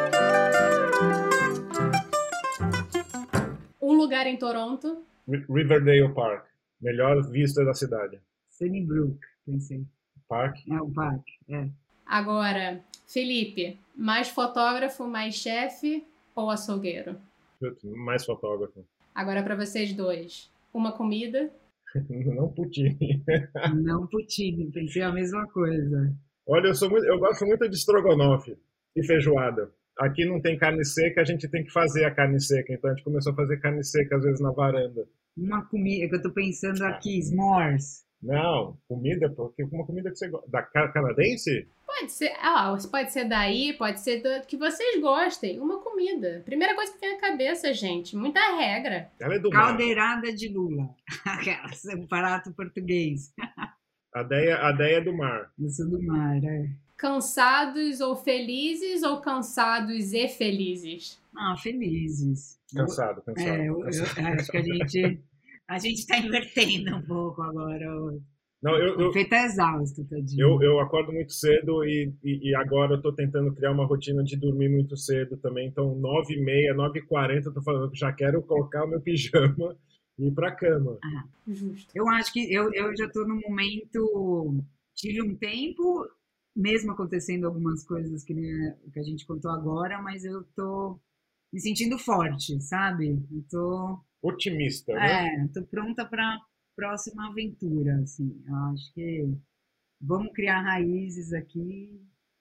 Um lugar em Toronto. Ri- Riverdale Park. Melhor vista da cidade. Sunnybrook, pensei. Park. É o parque, é. Agora, Felipe, mais fotógrafo, mais chefe ou açougueiro? Putz, mais fotógrafo. Agora para vocês dois, uma comida. Não Poutine. Não poutine, pensei a mesma coisa. Olha, eu, sou muito, eu gosto muito de estrogonofe e feijoada. Aqui não tem carne seca, a gente tem que fazer a carne seca. Então a gente começou a fazer carne seca às vezes na varanda. Uma comida que eu tô pensando aqui, s'mores. Não, comida, porque uma comida que você gosta. Da ca- canadense? Pode ser, ah, pode ser daí, pode ser do que vocês gostem. Uma comida. Primeira coisa que vem à cabeça, gente. Muita regra. Ela é do mar. Caldeirada de lula. Aquelas, um prato português. A Deia, a Deia é do mar. Eu sou do mar, é. Cansados ou felizes ou cansados e felizes? Ah, felizes. Cansado, cansado. É, eu, cansado. eu acho que a gente a gente tá invertendo um pouco agora. Não, eu, eu, O feito é exausto, tadinho. eu, eu acordo muito cedo e, e, e agora eu tô tentando criar uma rotina de dormir muito cedo também. Então, nove e meia, nove e quarenta, eu tô falando que já quero colocar o meu pijama e ir pra cama. Justo. Eu acho que eu, eu já tô no momento. Tive um tempo, mesmo acontecendo algumas coisas que, nem o que a gente contou agora, mas eu tô me sentindo forte, sabe? Eu tô, Otimista, né? é, tô pronta para próxima aventura, assim. Eu acho que vamos criar raízes aqui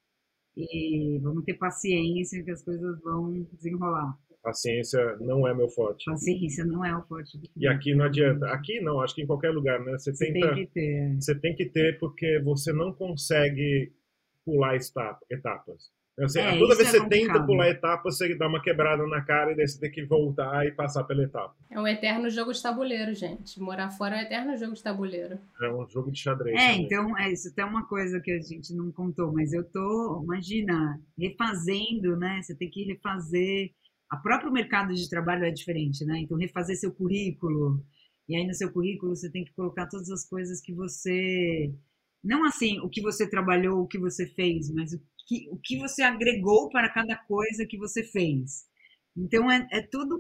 e vamos ter paciência que as coisas vão desenrolar. Paciência não é meu forte. Paciência não é o forte do E aqui não adianta. Aqui não, acho que em qualquer lugar, né? Você, Você tenta, tem que ter. você tem que ter porque você não consegue pular esta- etapas. Assim, É, toda isso vez que é você tenta complicado. pular etapas, você dá uma quebrada na cara e daí você tem que voltar e passar pela etapa. É um eterno jogo de tabuleiro, gente. Morar fora é um eterno jogo de tabuleiro. É um jogo de xadrez. É, também. então, é, isso até é uma coisa que a gente não contou, mas eu tô, imagina, refazendo, né? Você tem que refazer. A próprio mercado de trabalho é diferente, né? Então, refazer seu currículo. E aí, no seu currículo, você tem que colocar todas as coisas que você. Não assim, o que você trabalhou, o que você fez, mas o que, o que você agregou para cada coisa que você fez. Então é, é tudo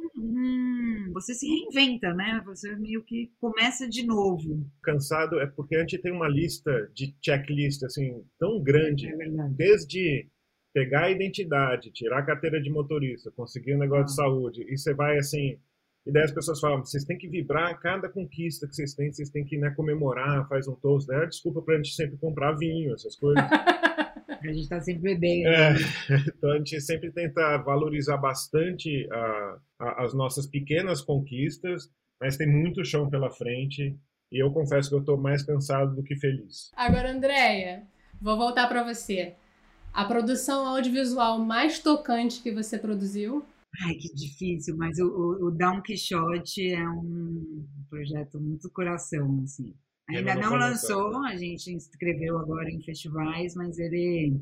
um, você se reinventa, né? Você meio que começa de novo. Cansado é porque a gente tem uma lista de checklist assim tão É grande, verdade. desde pegar a identidade, tirar a carteira de motorista, conseguir um negócio de Ah, saúde, e você vai assim, e daí as pessoas falam, vocês têm que vibrar a cada conquista que vocês têm, vocês têm que, né, comemorar, faz um toast, daí é a desculpa pra gente sempre comprar vinho, essas coisas. a gente está sempre bebendo, É, né? então a gente sempre tenta valorizar bastante a, a, as nossas pequenas conquistas, mas tem muito chão pela frente e eu confesso que eu estou mais cansado do que feliz. Agora, Andréia, vou voltar para você. A produção audiovisual mais tocante que você produziu? Ai, que difícil, mas o, o, o Dom Quixote é um projeto muito coração, assim. Pena Ainda não não foi lançado. lançou, a gente inscreveu agora em festivais, mas ele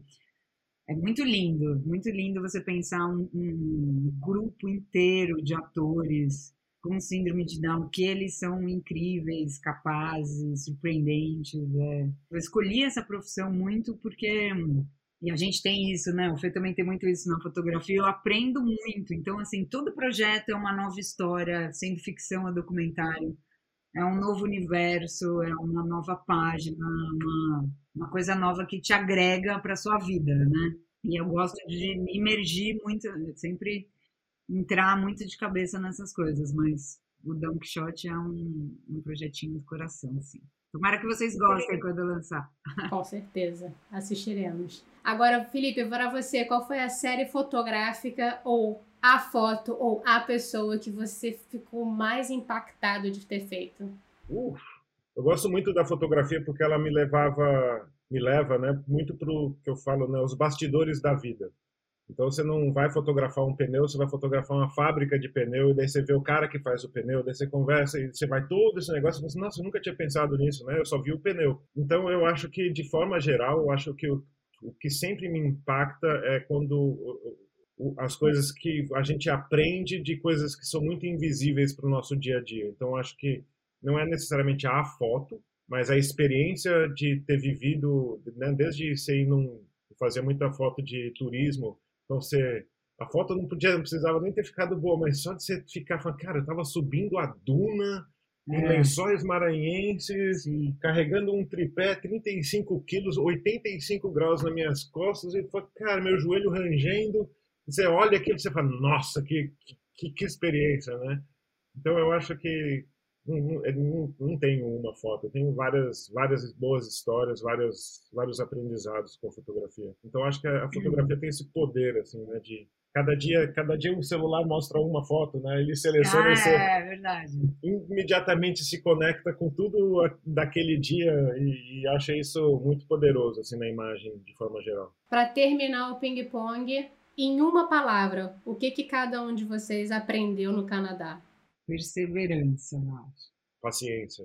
é muito lindo, muito lindo você pensar um, um grupo inteiro de atores com síndrome de Down, que eles são incríveis, capazes, surpreendentes. É. Eu escolhi essa profissão muito porque, e a gente tem isso, né? O Fê também tem muito isso na fotografia, eu aprendo muito. Então, assim, todo projeto é uma nova história, sendo ficção ou documentário. É um novo universo, é uma nova página, uma, uma coisa nova que te agrega para sua vida, né? E eu gosto de me imergir muito, sempre entrar muito de cabeça nessas coisas, mas o Don Quixote é um, um projetinho do coração, assim. Tomara que vocês gostem quando eu lançar. Com certeza, assistiremos. Agora, Felipe, para você, qual foi a série fotográfica ou a foto ou a pessoa que você ficou mais impactado de ter feito? Uh, eu gosto muito da fotografia porque ela me levava, me leva, né, muito para o que eu falo, né, os bastidores da vida. Então você não vai fotografar um pneu, você vai fotografar uma fábrica de pneu, e daí você vê o cara que faz o pneu, daí você conversa e você vai todo esse negócio e você, nossa, eu nunca tinha pensado nisso, né? Eu só vi o pneu. Então eu acho que, de forma geral, eu acho que o, o que sempre me impacta é quando o, o, as coisas que a gente aprende de coisas que são muito invisíveis para o nosso dia a dia. Então eu acho que não é necessariamente a foto, mas a experiência de ter vivido, né, desde você ir num, fazer muita foto de turismo. Então você, a foto não podia, não precisava nem ter ficado boa, mas só de você ficar falando, cara, eu tava subindo a duna em É, Lençóis Maranhenses, sim. carregando um tripé, trinta e cinco quilos, oitenta e cinco graus nas minhas costas, e fala, cara, meu joelho rangendo. Você olha aquilo e você fala, nossa, que, que, que experiência, né? Então eu acho que não, não, não, não tenho uma foto, eu tenho várias, várias boas histórias, vários, vários aprendizados com fotografia. Então acho que a, a fotografia tem esse poder, assim, né, de cada dia, cada dia um celular mostra uma foto, né? Ele seleciona e Ah, você é verdade. imediatamente se conecta com tudo a- daquele dia e, e acha isso muito poderoso, assim, na imagem de forma geral. Para terminar o ping-pong, em uma palavra, o que, que cada um de vocês aprendeu no Canadá? Perseverança, eu acho. Paciência.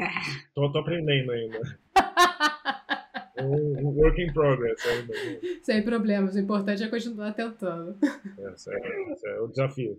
Tô, tô aprendendo ainda. Um, um work in progress ainda. Sem problemas, o importante é continuar tentando. Esse é, esse é o desafio.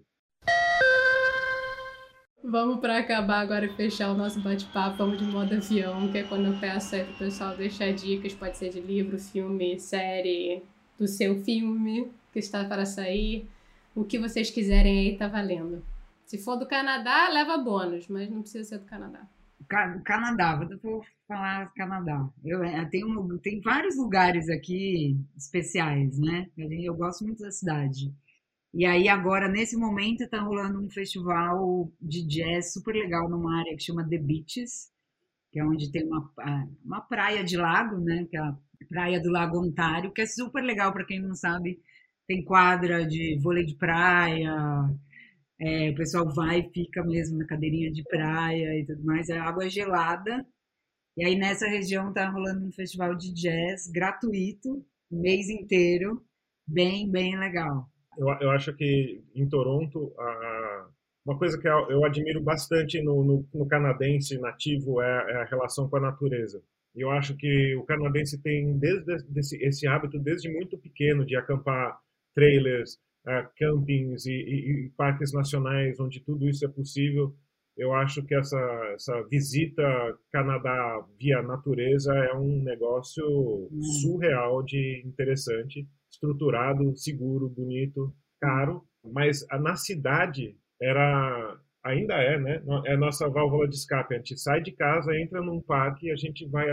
Vamos para acabar agora e fechar o nosso bate-papo. Vamos de modo avião, que é quando eu peço aí pro pessoal deixar dicas, pode ser de livro, filme, série, do seu filme que está para sair. O que vocês quiserem aí tá valendo. Se for do Canadá, leva bônus, mas não precisa ser do Canadá. Ca- Canadá, vou falar Canadá. Eu, é, tem, um, tem vários lugares aqui especiais, né? Eu, eu gosto muito da cidade. E aí agora, nesse momento, está rolando um festival de jazz super legal numa área que chama The Beaches, que é onde tem uma, a- uma praia de lago, né? Que é a praia do Lago Ontário, que é super legal para quem não sabe. Tem quadra de vôlei de praia, é, o pessoal vai e fica mesmo na cadeirinha de praia e tudo mais. A água é gelada. E aí nessa região tá rolando um festival de jazz gratuito, o mês inteiro, bem, bem legal. Eu, eu acho que em Toronto, a, uma coisa que eu, eu admiro bastante no, no, no canadense nativo é, é a relação com a natureza. E eu acho que o canadense tem desde esse, esse hábito desde muito pequeno de acampar trailers, uh, campings e, e, e parques nacionais onde tudo isso é possível. Eu acho que essa, essa visita Canadá via natureza é um negócio Hum, surreal de interessante, estruturado, seguro, bonito, caro, Mas na cidade era, ainda é, né? É a nossa válvula de escape. A gente sai de casa, entra num parque, a gente vai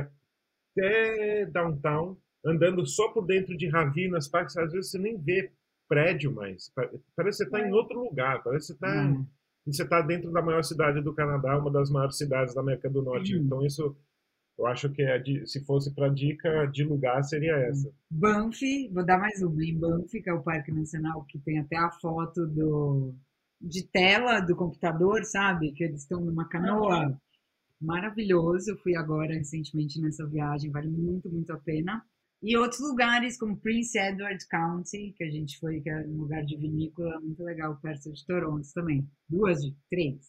até downtown, andando só por dentro de ravinas, parques. Às vezes você nem vê prédio mais. Parece que você está em outro lugar. Parece que você está Hum. você está dentro da maior cidade do Canadá, uma das maiores cidades da América do Norte. Hum. Então isso, eu acho que é de, se fosse para dica de lugar, seria essa. Banff, vou dar mais uma, em Banff, que é o Parque Nacional, que tem até a foto do, de tela do computador, sabe? Que eles estão numa canoa. Maravilhoso. Eu fui agora recentemente nessa viagem, vale muito, muito a pena. E outros lugares, como Prince Edward County, que a gente foi, que é um lugar de vinícola muito legal, perto de Toronto também. Duas, três.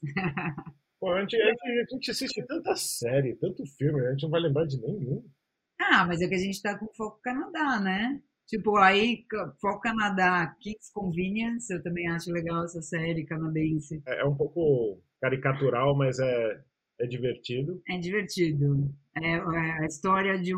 Pô, a, gente, a, gente, a gente assiste tanta série, tanto filme, a gente não vai lembrar de nenhum. Ah, mas é que a gente tá com foco Canadá, né? Tipo, aí, foco Canadá, King's Convenience, eu também acho legal essa série canadense. É, é um pouco caricatural, mas é, é divertido. É divertido. É, é a história de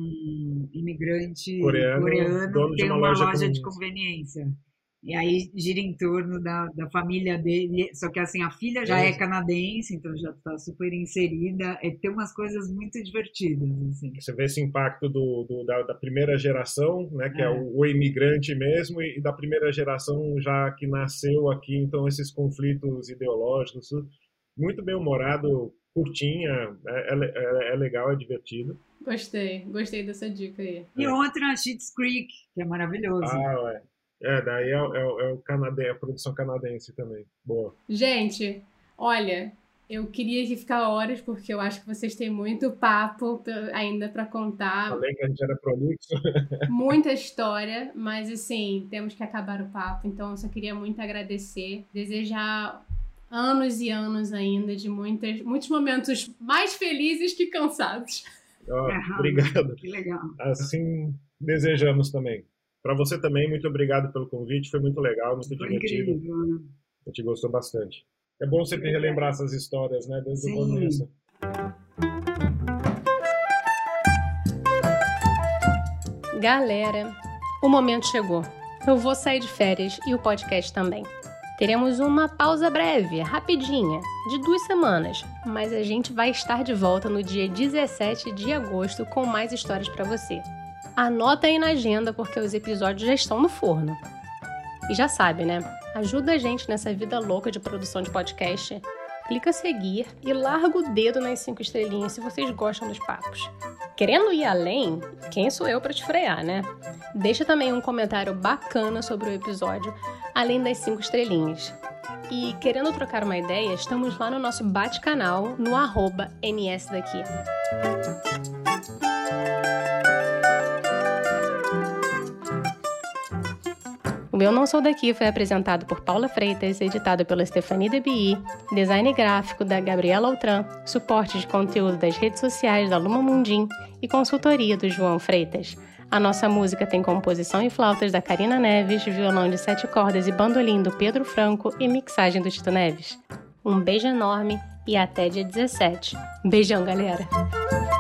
um imigrante Coreano, coreano, dono que de tem uma uma loja loja de conveniência. conveniência. E aí gira em torno da, da família dele. Só que assim, a filha já é Isso. canadense, então já está super inserida. E tem umas coisas muito divertidas, assim. Você vê esse impacto do, do- da, da primeira geração, né, que é, É. o, o imigrante mesmo, e, e da primeira geração já que nasceu aqui, então esses conflitos ideológicos, tudo. Muito bem humorado, curtinha, é, é, é- é legal, é divertido. Gostei, gostei dessa dica aí. E outra, Schitt's Creek, que é maravilhoso. Ah, ué. É, daí é, o- é, o- é o canadense, a produção canadense também. Boa. Gente, olha, eu queria aqui ficar horas, porque eu acho que vocês têm muito papo pra- ainda para contar, Falei que a gente era prolixo. muita história, mas assim, temos que acabar o papo, então eu só queria muito agradecer, desejar anos e anos ainda de muitas, muitos momentos mais felizes que cansados. Ó, Ah, obrigado. Que legal. Assim desejamos também. Para você também, muito obrigado pelo convite, foi muito legal, muito Foi divertido. incrível, né? A gente gostou bastante. É bom sempre relembrar essas histórias, né, desde o Sim. começo. Galera, o momento chegou. Eu vou sair de férias e o podcast também. Teremos uma pausa breve, rapidinha, de duas semanas, mas a gente vai estar de volta no dia dezessete de agosto com mais histórias para você. Anota aí na agenda porque os episódios já estão no forno. E já sabe, né? Ajuda a gente nessa vida louca de produção de podcast. Clica seguir e larga o dedo nas cinco estrelinhas se vocês gostam dos papos. Querendo ir além, quem sou eu para te frear, né? Deixa também um comentário bacana sobre o episódio, além das cinco estrelinhas. E querendo trocar uma ideia, estamos lá no nosso bate-canal, no arroba nsdaqui. O Eu Não Sou Daqui foi apresentado por Paula Freitas, editado pela Stephanie Debi, design gráfico da Gabriela Altran, suporte de conteúdo das redes sociais da Luma Mundim e consultoria do João Freitas. A nossa música tem composição em flautas da Karina Neves, violão de sete cordas e bandolim do Pedro Franco e mixagem do Tito Neves. Um beijo enorme e até dia dezessete. Beijão, galera!